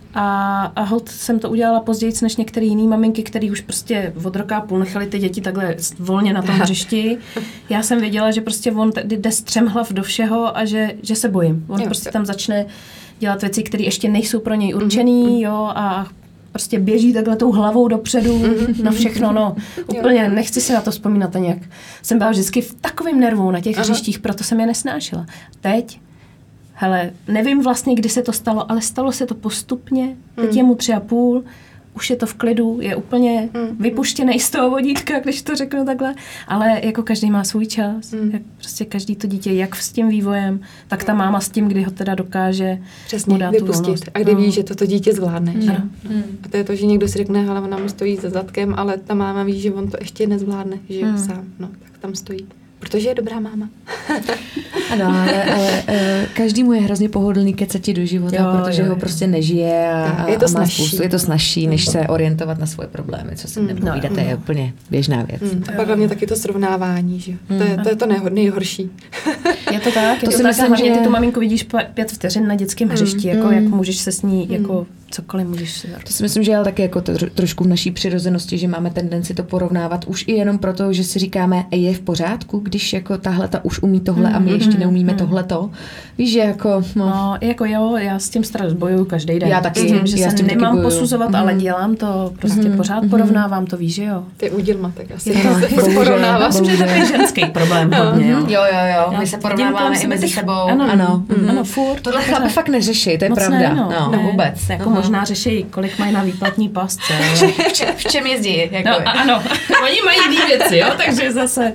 Speaker 3: A holt jsem to udělala později než některé jiné maminky, které už prostě od roka a půl nechali ty děti takhle volně na tom hřišti. Já jsem věděla, že prostě on jde střemhlav do všeho a že se bojím. On prostě tam začne dělat věci, které ještě nejsou pro něj určený, jo, a prostě běží takhle tou hlavou dopředu na všechno, no. Úplně nechci si na to vzpomínat a nějak. Jsem byla vždycky v takovým nervu na těch hřištích, proto jsem je nesnášela. Teď, hele, nevím vlastně, kdy se to stalo, ale stalo se to postupně, teď je mu 3,5, už je to v klidu, je úplně vypuštěnej z toho vodítka, když to řeknu takhle, ale jako každý má svůj čas, jak prostě každý to dítě, jak s tím vývojem, tak ta máma s tím, kdy ho teda dokáže
Speaker 2: přesně
Speaker 3: dát
Speaker 2: vypustit
Speaker 3: tu volnost.
Speaker 2: a kdy ví, že toto dítě zvládne. Že? A to je to, že někdo si řekne, hele, ona mu stojí za zadkem, ale ta máma ví, že on to ještě nezvládne, že jo, sám, no, tak tam stojí. Protože je dobrá máma.
Speaker 5: Ano, ale každému je hrozně pohodlný kecat ti do života, protože ho prostě nežije a
Speaker 2: je to
Speaker 5: je to snazší, než se orientovat na svoje problémy, co si nepovídat, to je úplně běžná věc.
Speaker 2: A pak hlavně taky to srovnávání, že to je to nejhorší.
Speaker 3: Je to tak, to si myslím, že ty tu maminku vidíš 5 vteřin na dětském hřišti, jako jak můžeš se s ní, jako cokoliv můžeš si dát.
Speaker 5: To si myslím, že je ale taky jako trošku v naší přirozenosti, že máme tendenci to porovnávat už i jenom proto, že si říkáme, je v pořádku, když jako tahle ta už umí tohle a my ještě neumíme tohleto. Víš, že jako...
Speaker 3: No, jako jo, já s tím stres bojuju každý den.
Speaker 5: Já taky.
Speaker 3: S tím, že
Speaker 5: já
Speaker 3: se nemám posuzovat, ale dělám to, prostě pořád porovnávám, to víš, že jo.
Speaker 2: Ty udělma, tak asi
Speaker 3: to porovnávat. Myslím, že je takový ženský problém hodně, jo.
Speaker 5: Jo, my se porovnáváme i mezi sebou. Ano,
Speaker 3: furt.
Speaker 5: Tohle chlapi fakt neřeší, to je pravda. No, vůbec.
Speaker 3: Jako možná řeší, kolik mají na výplatní pásce.
Speaker 5: V čem jezdí? Jako.
Speaker 3: No, ano, oni mají jiný věci, jo, takže zase...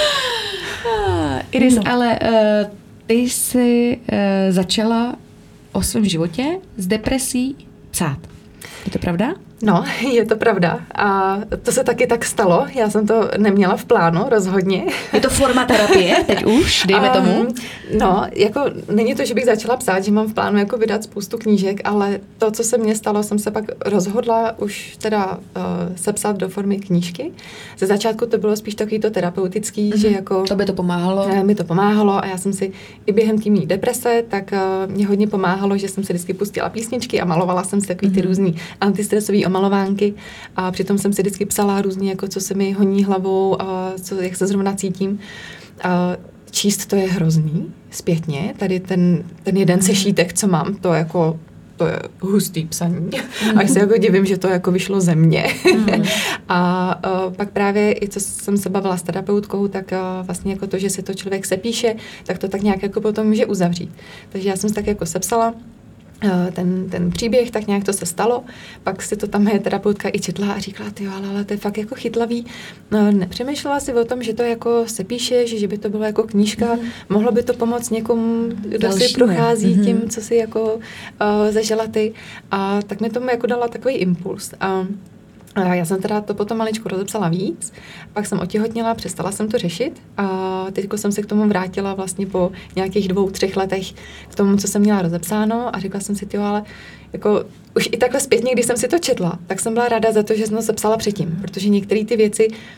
Speaker 5: Iris, ale ty jsi začala o svém životě s depresí psát. Je to pravda?
Speaker 2: No, je to pravda. A to se taky tak stalo. Já jsem to neměla v plánu, rozhodně.
Speaker 5: Je to forma terapie, teď už, dejme tomu?
Speaker 2: No, jako není to, že bych začala psát, že mám v plánu jako vydat spoustu knížek, ale to, co se mně stalo, jsem se pak rozhodla už teda sepsat do formy knížky. Ze začátku to bylo spíš takový to terapeutický, že jako...
Speaker 5: To by to pomáhalo?
Speaker 2: Mi to pomáhalo a já jsem si i během té mý deprese, tak mě hodně pomáhalo, že jsem si vždycky pustila písničky a malovala jsem si takový ty různý antistresový malovánky a přitom jsem si vždycky psala různě, jako co se mi honí hlavou a jak se zrovna cítím. A číst to je hrozný zpětně. Tady ten jeden sešítek, co mám, to je hustý psaní. Až se jako divím, že to jako vyšlo ze mě. A pak právě i co jsem se bavila s terapeutkou, tak vlastně jako to, že si to člověk sepíše, tak to tak nějak jako potom může uzavřít. Takže já jsem si tak jako sepsala ten příběh, tak nějak to se stalo. Pak si to tam moje terapeutka i četla a říkala, ale to je fakt jako chytlavý. Nepřemýšlela si o tom, že to jako se píše, že by to bylo jako knížka. Mohlo by to pomoct někomu, kdo si prochází tím, co si jako zažila ty. A tak mi tomu jako dala takový impuls. A já jsem teda to potom maličku rozepsala víc, pak jsem otěhotněla, přestala jsem to řešit a teď jsem se k tomu vrátila vlastně po nějakých 2-3 letech k tomu, co jsem měla rozepsáno a řekla jsem si, ale jako už i takhle zpětně, když jsem si to četla, tak jsem byla ráda za to, že jsem to sepsala předtím, protože některé ty věci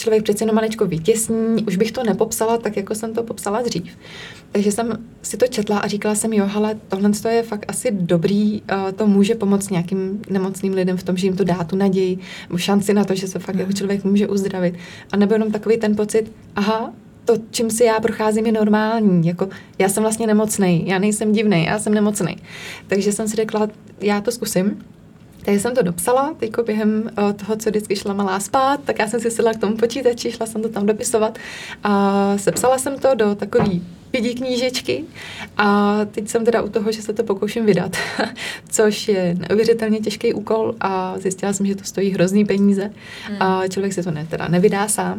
Speaker 2: člověk přece jenom maličko vytěsní, už bych to nepopsala tak, jako jsem to popsala dřív. Takže jsem si to četla a říkala jsem, jo, hele, tohle je fakt asi dobrý, to může pomoct nějakým nemocným lidem v tom, že jim to dá tu naději, šanci na to, že se fakt jako člověk může uzdravit. A nebo jenom takový ten pocit, aha, to, čím si já procházím, je normální. Jako, já jsem vlastně nemocnej, já nejsem divnej, já jsem nemocnej. Takže jsem si řekla, já to zkusím. Takže jsem to dopsala, teďko během toho, co vždycky šla malá spát, tak já jsem si sedla k tomu počítači, šla jsem to tam dopisovat a sepsala jsem to do takový pědí knížečky a teď jsem teda u toho, že se to pokouším vydat, což je neuvěřitelně těžký úkol a zjistila jsem, že to stojí hrozný peníze a člověk se to teda nevydá sám.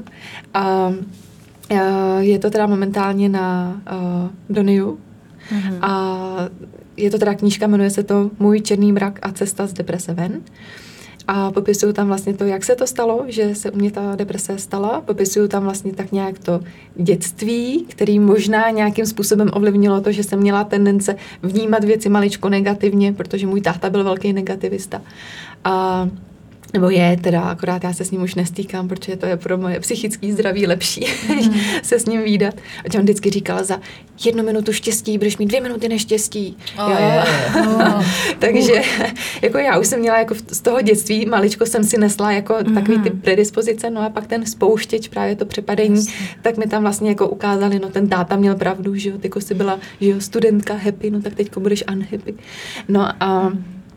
Speaker 2: Je to teda momentálně na Doniu a je to teda knížka, jmenuje se to Můj černý mrak a cesta z deprese ven. A popisuju tam vlastně to, jak se to stalo, že se u mě ta deprese stala. Popisuju tam vlastně tak nějak to dětství, který možná nějakým způsobem ovlivnilo to, že jsem měla tendence vnímat věci maličko negativně, protože můj táta byl velký negativista. Nebo je teda, akorát já se s ním už nestýkám, protože to je pro moje psychické zdraví lepší, se s ním vídat. A on vždycky říkal, za 1 minutu štěstí budeš mít 2 minuty neštěstí. Takže jako já už jsem měla jako z toho dětství, maličko jsem si nesla jako takový ty predispozice, no a pak ten spouštěč, právě to přepadení, tak mi tam vlastně jako ukázali, no ten táta měl pravdu, že jo, tyko jsi byla, že jo, studentka happy, no tak teďko budeš unhappy. No a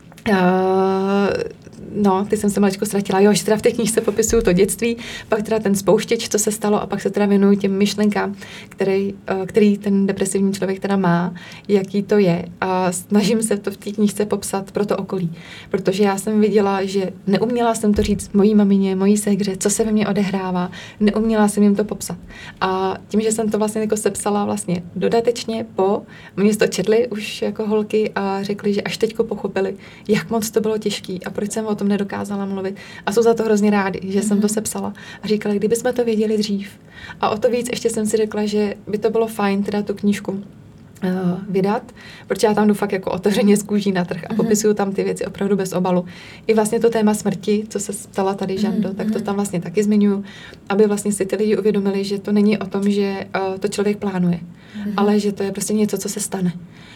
Speaker 2: ty jsem se maličko ztratila. Jo, že teda v té knížce popisuju to dětství, pak teda ten spouštěč, co se stalo a pak se teda věnuju těm myšlenkám, který ten depresivní člověk teda má, jaký to je. A snažím se to v té knížce popsat pro to okolí. Protože já jsem viděla, že neuměla jsem to říct mojí mamině, mojí ségře, co se ve mně odehrává, neuměla jsem jim to popsat. A tím, že jsem to vlastně jako sepsala vlastně dodatečně mě to četli už jako holky a řekli, že až teďko pochopili, jak moc to bylo těžký a proč jsem o tom nedokázala mluvit. A jsou za to hrozně rádi, že jsem to sepsala. A říkali, kdyby jsme to věděli dřív. A o to víc ještě jsem si řekla, že by to bylo fajn teda tu knížku vydat, protože já tam jdu fakt jako otevřeně z kůží na trh a popisuju tam ty věci opravdu bez obalu. I vlastně to téma smrti, co se stala tady Žando, tak to tam vlastně taky zmiňuju, aby vlastně si ty lidi uvědomili, že to není o tom, že to člověk plánuje, ale že to je prostě něco, co se stane.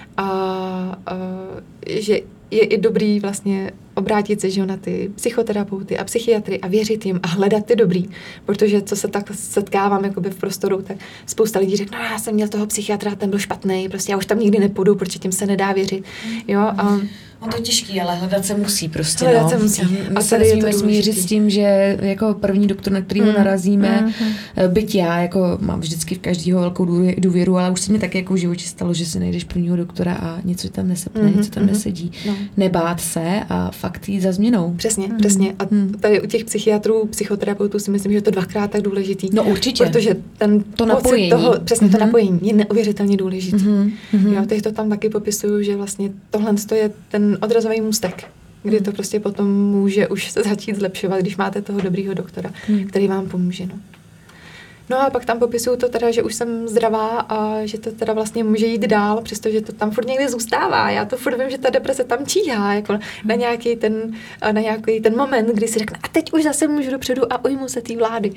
Speaker 2: A že je i dobrý vlastně obrátit se, že na ty psychoterapeuty a psychiatry a věřit jim a hledat ty dobrý, protože co se tak setkávám jakoby v prostoru, tak spousta lidí řekne, no já jsem měl toho psychiatra, ten byl špatný, prostě já už tam nikdy nepůjdu, protože tím se nedá věřit. Jo, a
Speaker 5: to je těžký, ale hledat se musí prostě.
Speaker 2: Hledat se musí.
Speaker 5: A se nesmíme smířit s tím, že jako první doktor, na kterýho narazíme, byť já jako mám vždycky v každého velkou důvěru, ale už se mi taky jako v životě stalo, že si najdeš prvního doktora a něco tam nesepne, něco tam nesedí. No. Nebát se a fakt jít za změnou.
Speaker 2: Přesně. A tady u těch psychiatrů, psychoterapeutů si myslím, že je to 2krát tak důležitý.
Speaker 5: No určitě.
Speaker 2: Protože to napojení. To napojení je neuvěřitelně důležitý. Jo, teď to tam taky popisuju, že vlastně tohle je ten odrazový můstek, kdy to prostě potom může už začít zlepšovat, když máte toho dobrýho doktora, který vám pomůže. No a pak tam popisuju to teda, že už jsem zdravá a že to teda vlastně může jít dál, přestože to tam furt někde zůstává. Já to furt vím, že ta deprese tam číhá, jako na nějaký ten moment, kdy si řekne, a teď už zase můžu dopředu a ujmu se té vlády.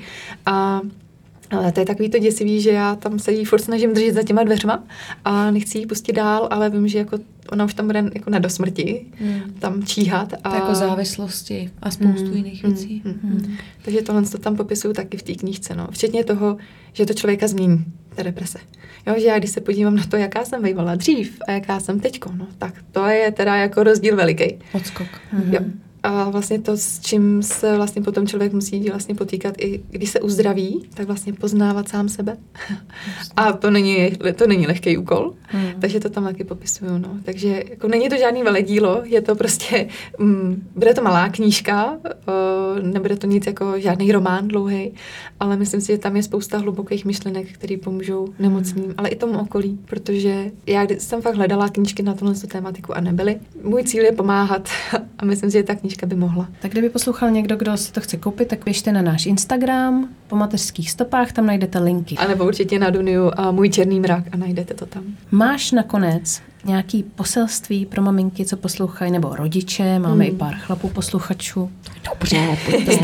Speaker 2: Ale to je takový to děsivý, že já tam se jí furt snažím držet za těma dveřma a nechci jí pustit dál, ale vím, že jako ona už tam bude jako na dosmrti tam číhat.
Speaker 5: To jako závislosti a spoustu jiných věcí.
Speaker 2: Takže tohle to tam popisuju taky v té knížce, no. Včetně toho, že to člověka změní, ta deprese. Jo, že já když se podívám na to, jaká jsem bývala dřív a jaká jsem teďko, no, tak to je teda jako rozdíl veliký.
Speaker 5: Odskok.
Speaker 2: Jo. A vlastně to, s čím se vlastně potom člověk musí vlastně potýkat, i když se uzdraví, tak vlastně poznávat sám sebe. A to není lehký úkol, takže to tam taky popisuju. No. Takže jako není to žádný veledílo, je to prostě, bude to malá knížka, nebude to nic jako žádný román dlouhý, ale myslím si, že tam je spousta hlubokých myšlenek, které pomůžou nemocným, ale i tomu okolí, protože já jsem fakt hledala knížky na tuhle tématiku a nebyly. Můj cíl je pomáhat a myslím si, že ta knížka by mohla.
Speaker 3: Tak kdyby poslouchal někdo, kdo si to chce koupit, tak běžte na náš Instagram, Po mateřských stopách, tam najdete linky.
Speaker 2: A nebo určitě na Duniu a Můj černý mrak a najdete to tam.
Speaker 3: Máš nakonec nějaký poselství pro maminky, co poslouchají, nebo rodiče, máme i pár chlapů posluchačů.
Speaker 4: Dobře,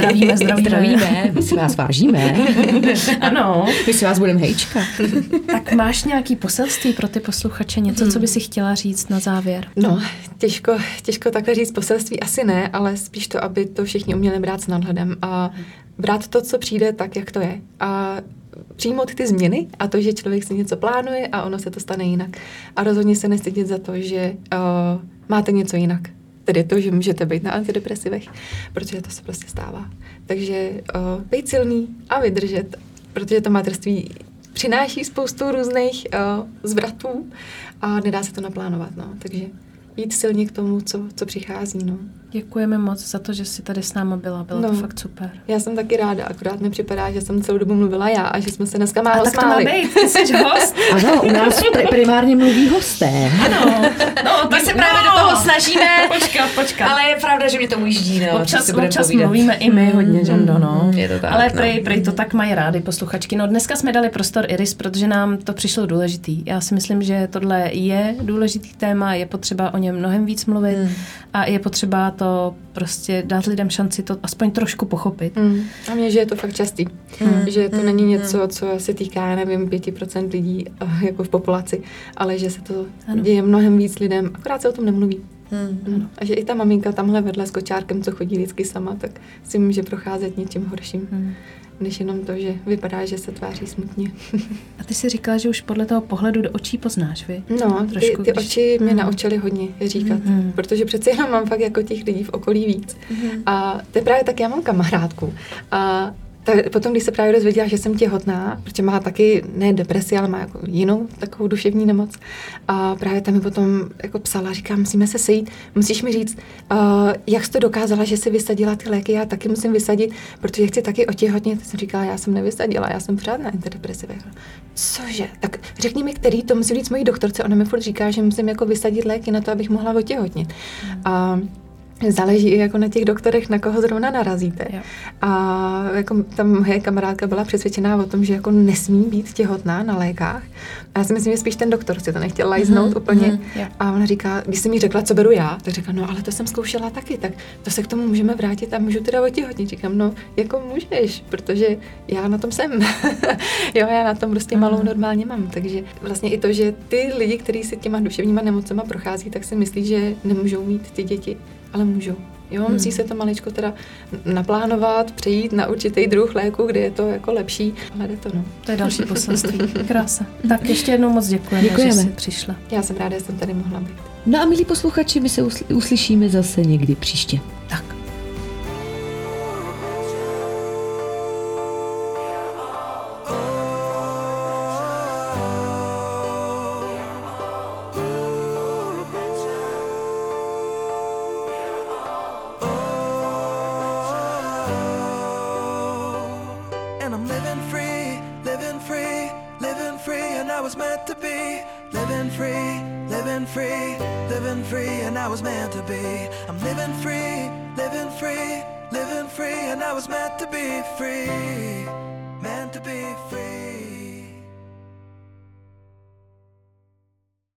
Speaker 3: zdravíme.
Speaker 4: My si vás vážíme.
Speaker 3: Ano.
Speaker 4: My si vás budeme hejčkat.
Speaker 3: Tak máš nějaký poselství pro ty posluchače, něco, co by si chtěla říct na závěr?
Speaker 2: No, těžko takhle říct poselství, asi ne, ale spíš to, aby to všichni uměli brát s nadhledem a brát to, co přijde, tak, jak to je. A přijmout ty změny a to, že člověk si něco plánuje a ono se to stane jinak. A rozhodně se nestydět za to, že máte něco jinak. Tedy to, že můžete být na antidepresivech, protože to se prostě stává. Takže být silný a vydržet, protože to materství přináší spoustu různých zvratů a nedá se to naplánovat. No. Takže jít silně k tomu, co přichází. No.
Speaker 3: Děkujeme moc za to, že jsi tady s náma byla. Bylo to fakt super.
Speaker 2: Já jsem taky ráda, akorát mi připadá, že jsem celou dobu mluvila já a že jsme se dneska málo
Speaker 3: smáli.
Speaker 2: A
Speaker 3: tak to má být, ty jsi host.
Speaker 4: Ano, u nás primárně mluví hosté.
Speaker 3: Ano. No,
Speaker 5: tak se právě do toho snažíme.
Speaker 3: Počkat.
Speaker 5: Ale je pravda, že mě to ujíždí. No,
Speaker 3: občas mluvíme i my hodně, Žendo, no.
Speaker 5: Je to tak,
Speaker 3: ale prej to tak mají rády posluchačky. No dneska jsme dali prostor Iris, protože nám to přišlo důležitý. Já si myslím, že tohle je důležitý téma, je potřeba o něm mnohem víc mluvit a je potřeba to prostě dát lidem šanci to aspoň trošku pochopit.
Speaker 2: A mně, že je to fakt častý. Že to není něco, co se týká, já nevím, 5% lidí jako v populaci, ale že se to děje mnohem víc lidem, akorát se o tom nemluví. A že i ta maminka tamhle vedle s kočárkem, co chodí vždycky sama, tak si může procházet něčím horším. Než jenom to, že vypadá, že se tváří smutně.
Speaker 3: A ty jsi říkala, že už podle toho pohledu do očí poznáš, vy?
Speaker 2: No, ty oči mě naučily hodně říkat, protože přece jenom mám fakt jako těch lidí v okolí víc. A to je právě tak, já mám kamarádku a potom, když se právě dozvěděla, že jsem těhotná, protože má taky ne depresi, ale má jako jinou takovou duševní nemoc. A právě tam mi potom jako psala, říká, musíme se sejít, musíš mi říct, jak jsi to dokázala, že jsi vysadila ty léky, já taky musím vysadit, protože chci taky otěhotnět. Jsem říkala, já jsem nevysadila, já jsem pořád na antidepresivech. Cože? Tak řekni mi, který, to musí říct mojí doktorce, ona mi furt říká, že musím jako vysadit léky na to, abych mohla otěhotnět. A záleží i jako na těch doktorech, na koho zrovna narazíte. Jo. A jako ta moje kamarádka byla přesvědčená o tom, že jako nesmí být těhotná na lékách. A já si myslím, že spíš ten doktor si to nechtěl lajznout úplně. A ona říká, když jsem jí řekla, co beru já, tak řekla, no ale to jsem zkoušela taky, tak to se k tomu můžeme vrátit a můžu teda otěhotnit. Říkám, no jako můžeš, protože já na tom jsem. Jo, já na tom prostě malou normálně mám. Takže vlastně i to, že ty lidi, kteří si těma duševníma nemocema prochází, tak si myslí, že nemůžou mít ty děti. Ale můžou. Jo, musí se to maličko teda naplánovat, přejít na určitý druh léku, kde je to jako lepší, ale jde to, no.
Speaker 3: To je další poselství. Krása. Tak ještě jednou moc děkujeme, že jsi přišla.
Speaker 2: Já jsem ráda, že jsem tady mohla být.
Speaker 4: No a milí posluchači, my se uslyšíme zase někdy příště.
Speaker 3: Tak.
Speaker 6: And I was meant to be. I'm living free, and I was meant to be free, meant to be free.